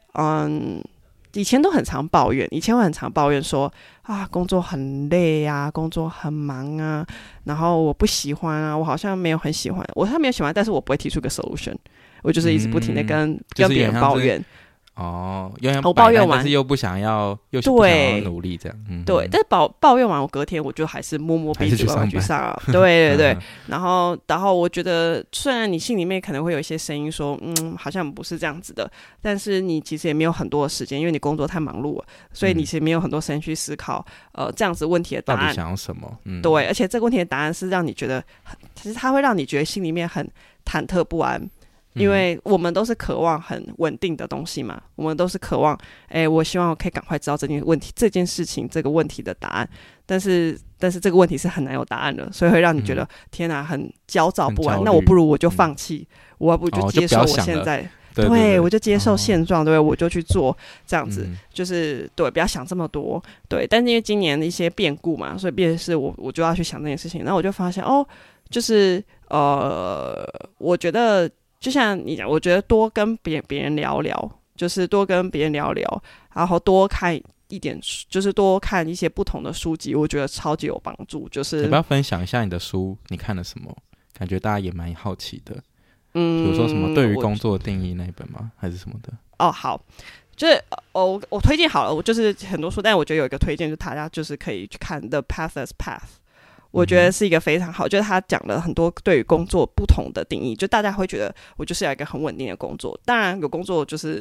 很常抱怨，我很常抱怨说工作很累啊，工作很忙啊，然后我不喜欢啊，我好像没有很喜欢，没有喜欢，但是我不会提出个 solution， 我就是一直不停的跟别人抱怨。 我抱怨完，但是又不想要努力这样。 对，但是抱怨完，我隔天我就还是摸鼻子去上啊。对，然后我觉得，虽然你心里面可能会有一些声音说，好像不是这样子的，但是你其实也没有很多的时间，因为你工作太忙碌了，所以你其实没有很多时间去思考这样子问题的答案到底想要什么。 对，而且这个问题的答案是让你觉得，其实它会让你觉得心里面很忐忑不安。因为我们都是渴望很稳定的东西嘛，我们都是渴望我希望我可以赶快知道这件事情这个问题的答案，但是这个问题是很难有答案的，所以会让你觉得天哪，很焦躁不安。那我不如我就放弃，我要不就接受我现在对，我就接受现状，对，我就去做这样子，就是对，不要想这么多，对。但是因为今年的一些变故嘛，所以变成是我就要去想这件事情，然后我就发现就是我觉得。就像你讲，我觉得多跟别人聊聊，就是多跟别人聊聊，然后多看一点，就是多看一些不同的书籍，我觉得超级有帮助。就是要不要分享一下你的书？你看了什么？感觉大家也蛮好奇的。比如说什么对于工作的定义那一本吗？还是什么的？ 好，就是我推荐好了，我就是很多书，但我觉得有一个推荐，就是大家就是可以去看《The Pathless Path》。我觉得是一个非常好，就是他讲了很多对于工作不同的定义，就大家会觉得我就是要一个很稳定的工作，当然有工作就是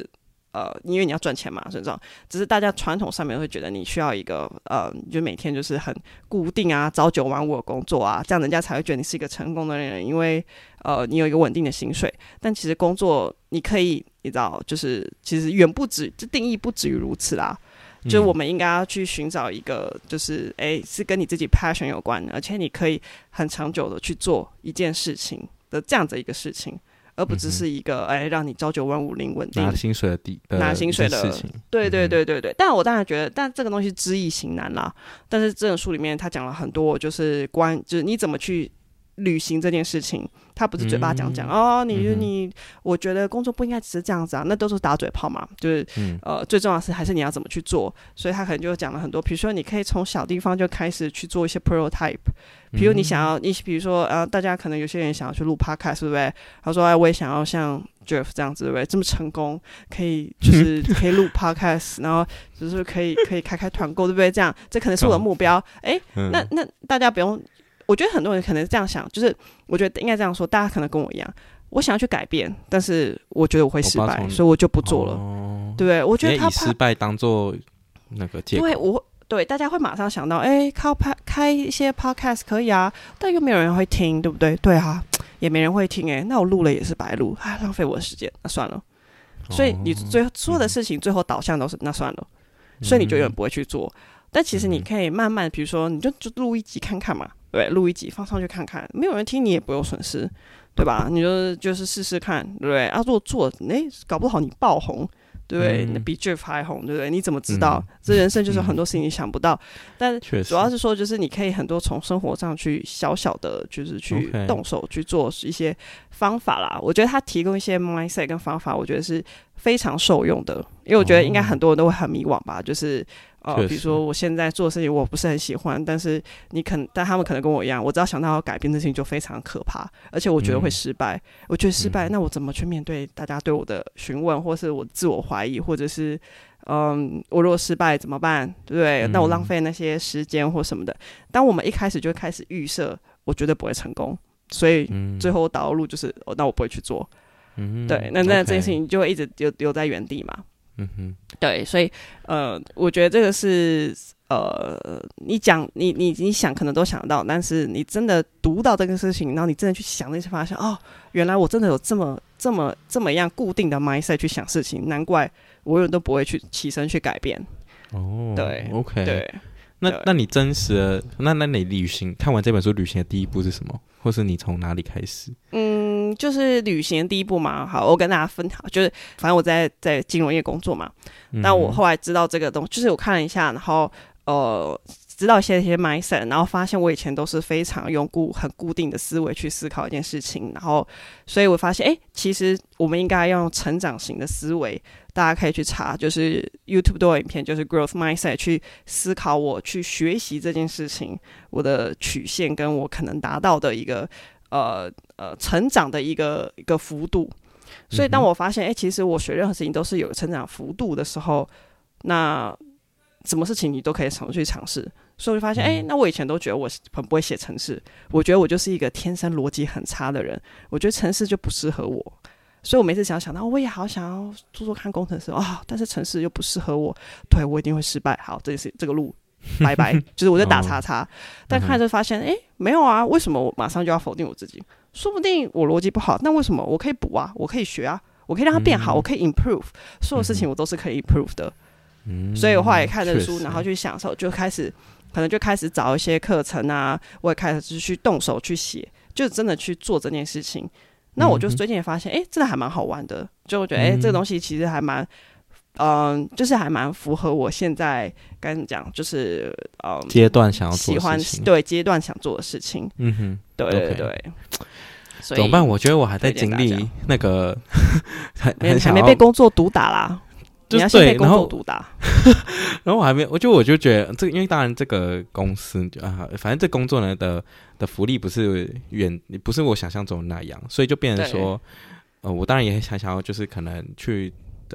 因为你要赚钱嘛，所以这样，只是大家传统上面会觉得你需要一个就每天就是很固定啊，朝9晚5的工作啊，这样人家才会觉得你是一个成功的人，因为你有一个稳定的薪水。但其实工作你可以，你知道，就是其实远不止，这定义不止于如此啦。就我们应该要去寻找一个，就是是跟你自己 passion 有关，而且你可以很长久的去做一件事情的这样子一个事情。而不只是一个让你朝9晚5零稳定拿薪水拿薪水的事情。 对对对对对。但我当然觉得，但这个东西知易行难啦。但是这本书里面他讲了很多，就是就是你怎么去履行这件事情，他不是嘴巴讲你我觉得工作不应该只是这样子啊，那都是打嘴炮嘛。就是最重要的是还是你要怎么去做。所以他可能就讲了很多，比如说你可以从小地方就开始去做一些 prototype。比如比如说大家可能有些人想要去录 podcast， 对不对？他说我也想要像 Jeff 这样子，对不对？这么成功，可以就是可以录 podcast， 然后就是可以开团购，对不对？这样这可能是我的目标。那大家不用，我觉得很多人可能这样想，就是我觉得应该这样说，大家可能跟我一样，我想要去改变，但是我觉得我会失败，所以我就不做了，对不对？我觉得他以失败当做那个借口。 对，大家会马上想到，开一些 podcast 可以啊，但又没有人会听，对不对？对啊，也没人会听，那我录了也是白录，浪费我的时间，那算了。所以你所有的事情最后导向都是那算了，所以你就永远不会去做。但其实你可以慢慢，比如说你就录一集看看嘛，对，录一集放上去看看，没有人听你也不用损失，对吧？你就是试试看，对不对？如果做搞不好你爆红。对不对？你比 Jeff 还红，对不对？你怎么知道？这人生就是很多事情你想不到，但主要是说，就是你可以很多从生活上去小小的，就是去动手去做一些方法啦。我觉得他提供一些 mindset 跟方法，我觉得是非常受用的，因为我觉得应该很多人都会很迷惘吧，就是比如说我现在做的事情我不是很喜欢，但他们可能跟我一样，我只要想到要改变的事情就非常可怕，而且我觉得会失败。我觉得失败，那我怎么去面对大家对我的询问，或是我自我怀疑，或者是我如果失败怎么办？对不对？那我浪费那些时间或什么的。当我们一开始就开始预设，我绝对不会成功，所以最后导入就是那我不会去做。对，那这件事情就会一直留在原地嘛。对，所以我觉得这个是你讲你想可能都想到，但是你真的读到这个事情，然后你真的去想，那些发现原来我真的有这么样固定的 mindset 去想事情，难怪我永远都不会去起身去改变。对 ，OK， 对。 那你真实的那你看完这本书旅行的第一步是什么？或是你从哪里开始？ 就是旅行的第一步嘛。好，我跟大家分享，就是反正我在金融业工作嘛。那我后来知道这个东西，就是我看了一下，然后知道一些 mindset， 然后发现我以前都是非常用很固定的思维去思考一件事情，然后所以我发现其实我们应该要用成长型的思维。大家可以去查，就是 YouTube 都有影片，就是 Growth Mindset 去思考我去学习这件事情，我的曲线跟我可能达到的一个成长的一个幅度。所以当我发现其实我学任何事情都是有成长幅度的时候，那什么事情你都可以去尝试。所以我就发现那我以前都觉得我很不会写程式，我觉得我就是一个天生逻辑很差的人，我觉得程式就不适合我。所以我每次想到我也好想要做看工程师但是程式又不适合我，对，我一定会失败。好，这个路拜拜，就是我在打叉叉。但看着发现没有啊，为什么我马上就要否定我自己？说不定我逻辑不好，那为什么我可以补啊？我可以学啊，我可以让它变好，我可以 improve， 所有事情我都是可以 improve 的。所以我后来看着书，然后去享受，可能就开始找一些课程啊，我也开始去动手去写，就真的去做这件事情。那我就最近也发现真的还蛮好玩的，就我觉得这个东西其实还蛮就是还蛮符合我现在该怎么讲，就是阶段想要做的事情， 对，阶段想做的事情。对对对。 怎么办？我觉得我还在经历那个还没被工作毒打啦。你要先被工作毒打， 然后我还没，我就觉得这个，因为当然这个公司反正这工作呢的福利不是我想象中的那样，所以就变成说，我当然也想要就是可能去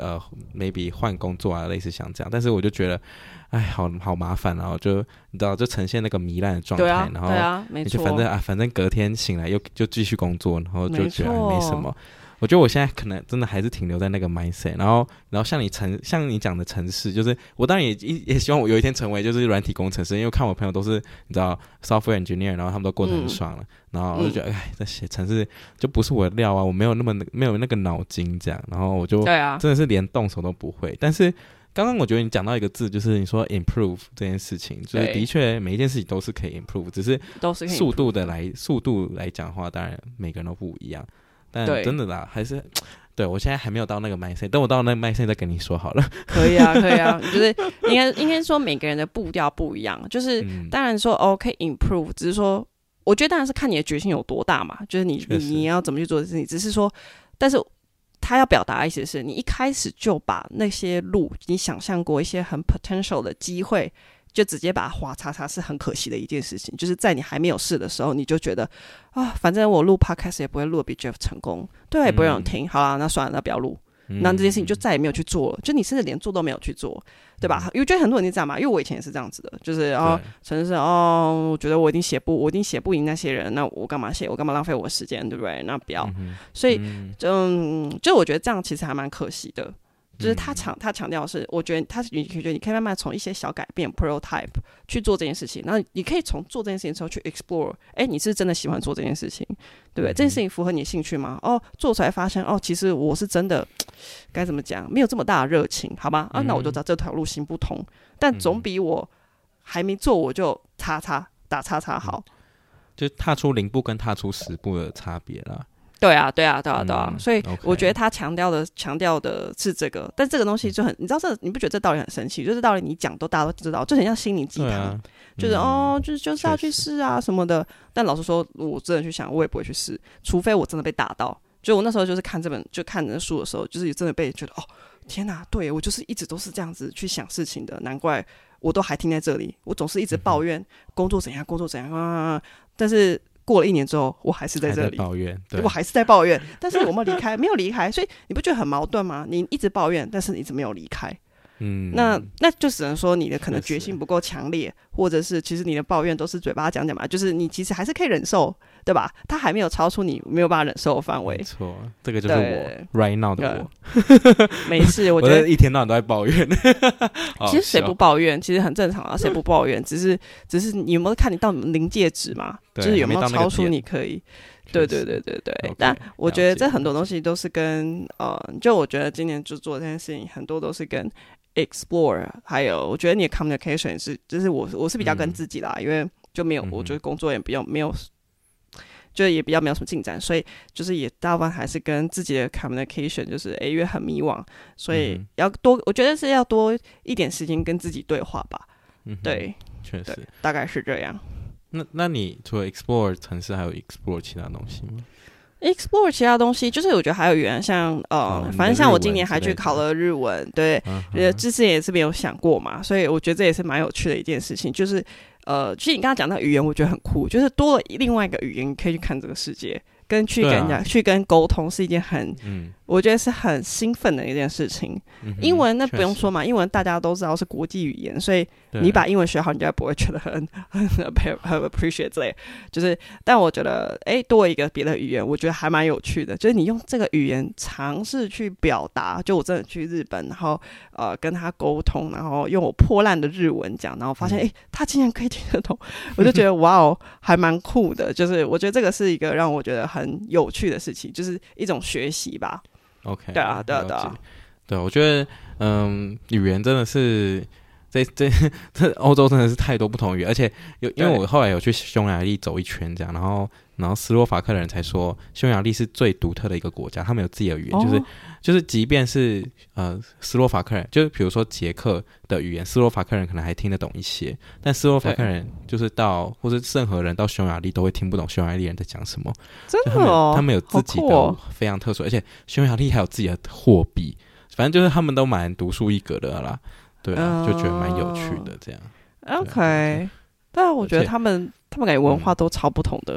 maybe 换工作啊，类似像这样，但是我就觉得，好麻烦，然后就你知道，就呈现那个糜烂的状态，然后没错， 反正隔天醒来就继续工作，然后就觉得没什么。 我觉得我现在可能真的还是停留在那个 mindset， 然后像你讲的程式，就是我当然也希望我有一天成为就是软体工程师，因为看我朋友都是你知道 software engineer， 然后他们都过得很爽了，然后我就觉得哎，这写程式就不是我的料啊，我没有那个脑筋这样，然后我就真的是连动手都不会。但是刚刚我觉得你讲到一个字，就是你说 improve 这件事情，就是的确每一件事情都是可以 improve， 只是速度来讲的话，当然每个人都不一样。但真的啦，还是对我现在还没有到那个 mindset， 等我到那个 mindset 再跟你说好了。 可以啊，就是应该说每个人的步调不一样，就是当然说可以 improve， 只是说我觉得当然是看你的决心有多大嘛，就是你要怎么去做这事情，只是说，但是他要表达的意思是你一开始就把那些路你想象过一些很 potential 的机会就直接把它划叉叉，是很可惜的一件事情。就是在你还没有试的时候，你就觉得反正我录 podcast 也不会录得比 Jeff 成功，对啊，也不会有人听，好啦，那算了，那不要录。那这件事情就再也没有去做了，就你甚至连做都没有去做，对吧？因为觉得很多人是这样嘛，因为我以前也是这样子的，就是陈是我觉得我一定写不赢那些人，那我干嘛写？我干嘛浪费我的时间，对不对？那不要。所以就我觉得这样其实还蛮可惜的。就是他强调的是，我觉得你可以慢慢从一些小改变 prototype 去做这件事情，然后你可以从做这件事情的时候去 explore， 你是真的喜欢做这件事情，对不对？这件事情符合你的兴趣吗？做出来发现其实我是真的该怎么讲，没有这么大的热情，好吧？那我就知道这条路行不通，但总比我还没做我就打叉叉好。 就踏出0步跟踏出10步的差别啦。 对啊，所以我觉得他强调的是这个，但这个东西就很，你知道你不觉得这道理很神奇？就是道理你讲大家都知道，就很像心灵鸡汤，就是要去试啊什么的。但老实说，我真的去想，我也不会去试，除非我真的被打到。就我那时候就是看那书的时候，就是真的被觉得天哪，对我就是一直都是这样子去想事情的，难怪我都还停在这里，我总是一直抱怨工作怎样但是过了1年之後，我还是在这里抱怨， 我还是在抱怨，但是我们离开没有离开，所以你不觉得很矛盾吗？你一直抱怨，但是你一直没有离开。那就只能说你的可能决心不够强烈，或者是其实你的抱怨都是嘴巴讲嘛，就是你其实还是可以忍受，对吧？他还没有超出你没有办法忍受的范围。 没错，这个就是我 right now 的我。 没事，我觉得一天到晚都在抱怨。 其实谁不抱怨，其实很正常啊，谁不抱怨？只是你有没有看你到临界值嘛？就是有没有超出你可以。对，但我觉得这很多东西都是跟就我觉得今年就做这件事情，很多都是跟 explore， 还有我觉得你的 communication 是，就是我是比较跟自己啦，因为就没有，我觉得工作也比较没有，就也比较没有什么进展，所以就是也大部分还是跟自己的 communication， 就是因为很迷惘，所以我觉得是要多一点时间跟自己对话吧。对， 确实， 大概是这样。 那你除了 explore 城市，还有 explore 其他东西吗 ？explore 其他东西，就是我觉得还有语言，像反正像我今年还去考了日文，对，之前也是没有想过嘛，所以我觉得这也是蛮有趣的一件事情，就是其实你刚刚讲到语言，我觉得很酷，就是多了另外一个语言，你可以去看这个世界，跟去跟人家去跟沟通是一件很我觉得是很兴奋的一件事情。英文那不用说嘛，英文大家都知道是国际语言，所以你把英文学好，你就不会觉得很 appreciate 之类。就是，但我觉得多一个别的语言，我觉得还蛮有趣的。就是你用这个语言尝试去表达，就我真的去日本，然后跟他沟通，然后用我破烂的日文讲，然后发现他竟然可以听得懂，我就觉得哇哦，还蛮酷的。就是我觉得这个是一个让我觉得很有趣的事情，就是一种学习吧。 OK， 对啊， 对，我觉得语言真的是这欧洲真的是太多不同语言，而且因为我后来有去匈牙利走一圈这样，然后斯洛伐克的人才说匈牙利是最独特的一个国家，他们有自己的语言，就是即便是斯洛伐克人，就是比如说捷克的语言，斯洛伐克人可能还听得懂一些，但斯洛伐克人就是或是任何人到匈牙利都会听不懂匈牙利人在讲什么。 真的哦， 他们有自己的非常特殊，而且匈牙利还有自己的货币，反正就是他们都蛮独树一格的啦。对啊，就觉得蛮有趣的这样。 OK， 但我觉得他们感觉文化都超不同的。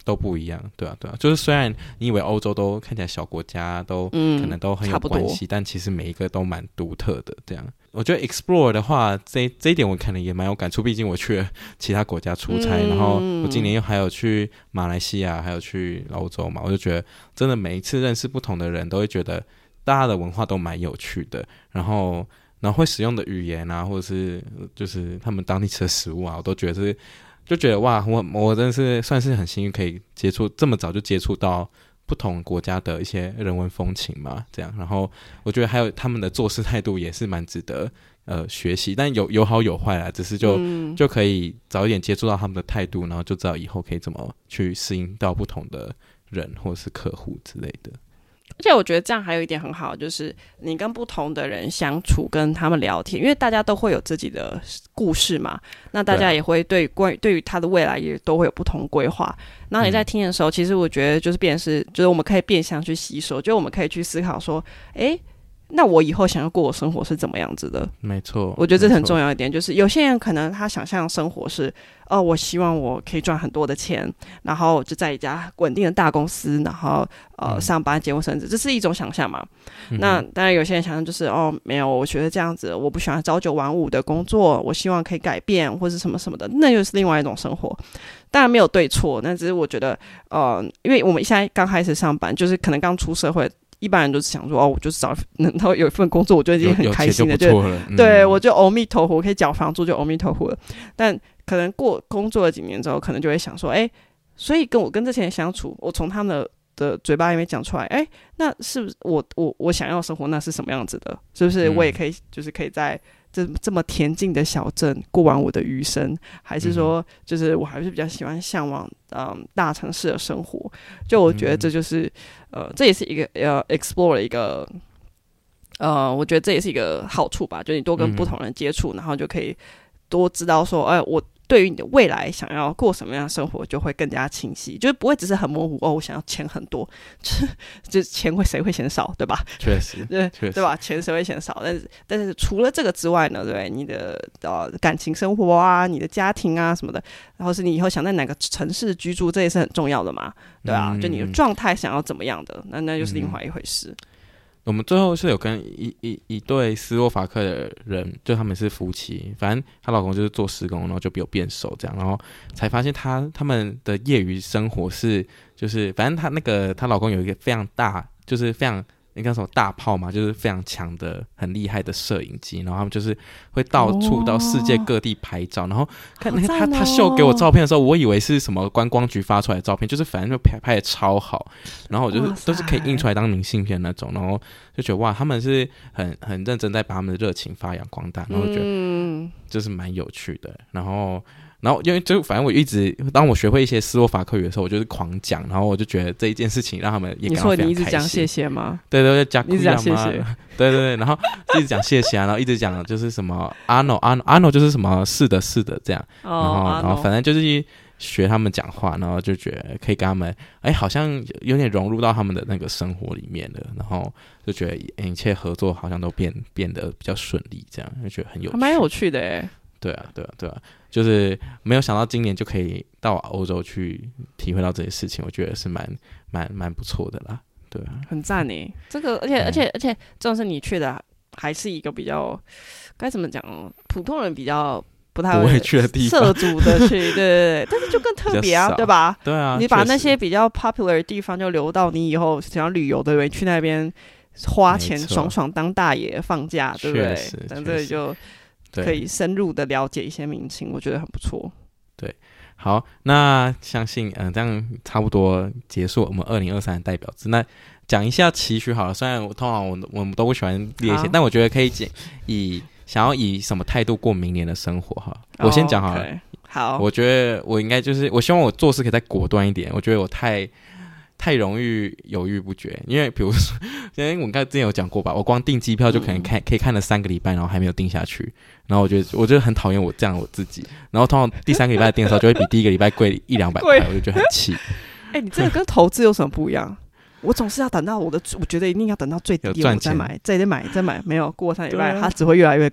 都不一样，对啊，就是虽然你以为欧洲都看起来小国家都可能都很有关系，但其实每一个都蛮独特的。这样，我觉得 explore 的话，这一点我可能也蛮有感触，毕竟我去了其他国家出差，然后我今年又还有去马来西亚，还有去欧洲嘛，我就觉得真的每一次认识不同的人，都会觉得大家的文化都蛮有趣的，然后会使用的语言啊，或者是就是他们当地吃的食物啊，我都觉得就觉得哇，我真的是算是很幸运，可以这么早就接触到不同国家的一些人文风情嘛，这样。然后我觉得还有他们的做事态度也是蛮值得学习，但有好有坏啦，只是就可以早一点接触到他们的态度，然后就知道以后可以怎么去适应到不同的人或者是客户之类的。 而且我觉得这样还有一点很好，就是你跟不同的人相处，跟他们聊天，因为大家都会有自己的故事嘛，那大家也会对于他的未来也都会有不同规划。然后你在听的时候，其实我觉得就是就是我们可以变相去吸收，就我们可以去思考说，那我以后想要过的生活是怎么样子的？ 没错， 我觉得这是很重要一点，就是有些人可能他想象生活是，我希望我可以赚很多的钱，然后就在一家稳定的大公司，然后上班、结婚、生子，这是一种想象嘛。那当然有些人想象就是没有，我觉得这样子，我不喜欢朝9晚5的工作，我希望可以改变或是什么什么的，那又是另外一种生活。当然没有对错，那只是我觉得，因为我们现在刚开始上班，就是可能刚出社会。一般人都是想说我就是能够有一份工作，我就已经很开心了， 就不错了。 对，我就阿弥陀佛，可以缴房租就阿弥陀佛了。但可能工作了几年之后，可能就会想说，所以我跟这些人相处，我从他们的嘴巴里面讲出来，那是不是我想要的生活那是什么样子的？是不是我也可以就是可以在这么恬静的小镇过完我的余生，还是说就是我还是比较喜欢向往大城市的生活？就我觉得这就是这也是一个explore 的一个我觉得这也是一个好处吧，就你多跟不同人接触，然后就可以多知道说我对于你的未来想要过什么样的生活就会更加清晰，就是不会只是很模糊我想要钱很多，就是钱谁会嫌少，对吧？ 确实对吧？钱谁会嫌少？但是除了这个之外呢，对不对？你的感情生活啊，你的家庭啊什么的，然后是你以后想在哪个城市居住，这也是很重要的嘛，对啊，就你的状态想要怎么样的，那就是另外一回事。 我们最后是有跟一对斯洛伐克的人，就他们是夫妻，反正她老公就是做施工，然后就比我变瘦这样，然后才发现他们的业余生活是就是反正她老公有一个非常大，就是非常应该什么大炮嘛，就是非常强的很厉害的摄影机，然后他们就是会到处到世界各地拍照，然后看那个他秀给我照片的时候，我以为是什么观光局发出来的照片，就是反正就拍的超好，然后我就是都是可以印出来当明信片那种，然后就觉得哇，他们是很认真在把他们的热情发扬光大，然后觉得就是蛮有趣的，然后因为就反正我一直当我学会一些斯洛伐克语的时候，我就是狂讲，然后我就觉得这一件事情让他们也感到非常开心。 你说你一直讲谢谢吗？ 对对对，讲一直讲谢谢， 对，然后一直讲谢谢啊，然后一直讲就是什么阿诺就是什么是的这样，然后反正就是学他们讲话，然后就觉得可以跟他们好像有点融入到他们的那个生活里面了，然后就觉得一切合作好像都变得比较顺利，这样就觉得很有趣， 还蛮有趣的耶。 对啊，就是没有想到今年就可以到欧洲去体会到这些事情，我觉得是蛮不错的啦。对啊，很赞耶。这个而且正是你去的还是一个比较该怎么讲，普通人比较不太会去的地方， 涉足的去，对，但是就更特别啊，对吧？ 对啊， 你把那些比较 popular 的地方就留到你以后想要旅游的人去那边花钱爽爽当大爷放假，对不对？但这里就可以深入的了解一些民情，我觉得很不错。 对，好，那相信这样差不多结束我们2023的代表字。那讲一下期许好了，虽然通常我们都不喜欢列一些，但我觉得可以想要以什么态度过明年的生活哈。我先讲好了。 好， 我觉得我应该就是我希望我做事可以再果断一点。我觉得我太容易犹豫不决，因为比如说，因为我刚才之前有讲过吧，我光订机票就可能可以看了3个礼拜，然后还没有订下去，然后我觉得很讨厌我这样我自己，然后通常第3个礼拜订的时候就会比第1个礼拜贵100-200块，我就觉得很气。 你这个跟投资有什么不一样？我总是要等到我觉得一定要等到最低我再买，再买，没有过3礼拜，它只会越来越高。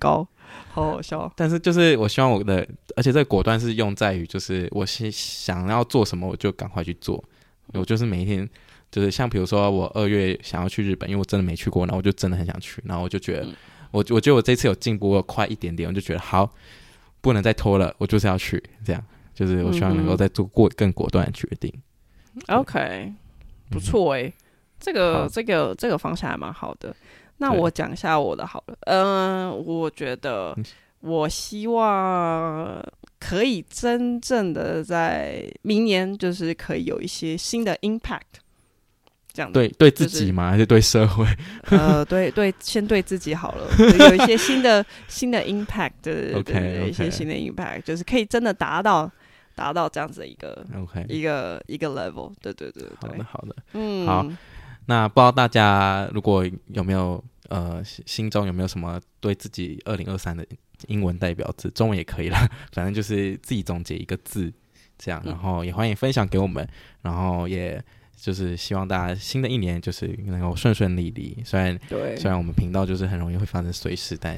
好好笑。 但是就是我希望我的，而且这个果断是用在于，就是我想要做什么我就赶快去做。我就是每一天，就是像比如说我2月想要去日本，因为我真的没去过，然后我就真的很想去，然后我就觉得，我觉得我这次有进步，我快一点点，我就觉得好，不能再拖了，我就是要去，这样就是我希望能够再做更果断的决定。 OK， 不错欸，这个方向还蛮好的。那我讲一下我的好了。我觉得我希望可以真正的在明年就是可以有一些新的 impact， 这样子。 对自己吗？还是对社会？ 对，先对自己好了。有一些新的 impact， 对，一些新的 impact， 就是可以真的达到这样子的一个 level。对。 好的。好。那不知道大家如果有没有心中有没有什么对自己2023的英文代表字，中文也可以啦，反正就是自己总结一个字这样，然后也欢迎分享给我们，然后也就是希望大家新的一年就是能够顺顺利利。虽然我们频道就是很容易会发生衰事，但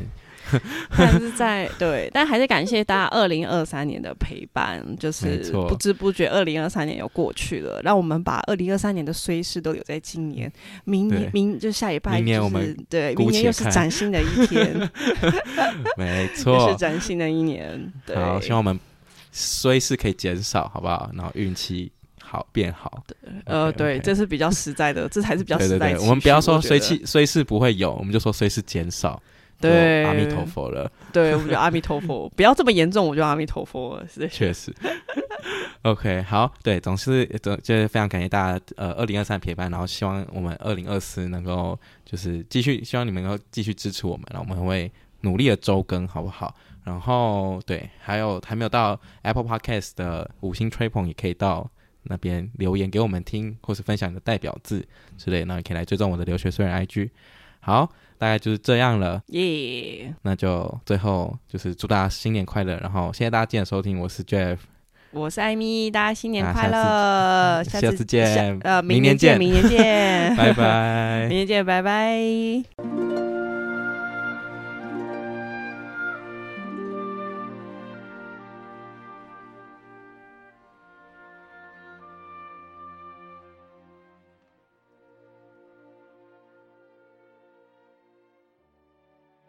但还是感谢大家2023年的陪伴，就是不知不觉2023年又过去了，让我们把2023年的衰事都留在今年，明年就下礼拜， 明年我们明年又是崭新的一天， 没错， 又是崭新的一年。对， 好，希望我们衰事可以减少，好不好？然后运气变好。 对，这是比较实在的，这才是比较实在的。 对，我们不要说衰事不会有，我们就说衰事减少。 对， 阿弥陀佛了。 对，我觉得阿弥陀佛，不要这么严重，我就阿弥陀佛了。 确实。OK， 好，对，总是就是非常感谢大家2023陪伴，然后希望我们2024能够就是希望你们能够继续支持我们，然后我们会努力的周更，好不好？然后对，还有还没有到 Apple Podcast 的5星吹捧，也可以到那边留言给我们听，或是分享你的代表字之类的，那也可以来追踪我的留学虽然 IG。好，大概就是这样了，那就最后就是祝大家新年快乐，然后谢谢大家今天的收听，我是 Jeff， 我是艾米，大家新年快乐， 下次见， 明年见， 拜拜， 明年见，拜拜。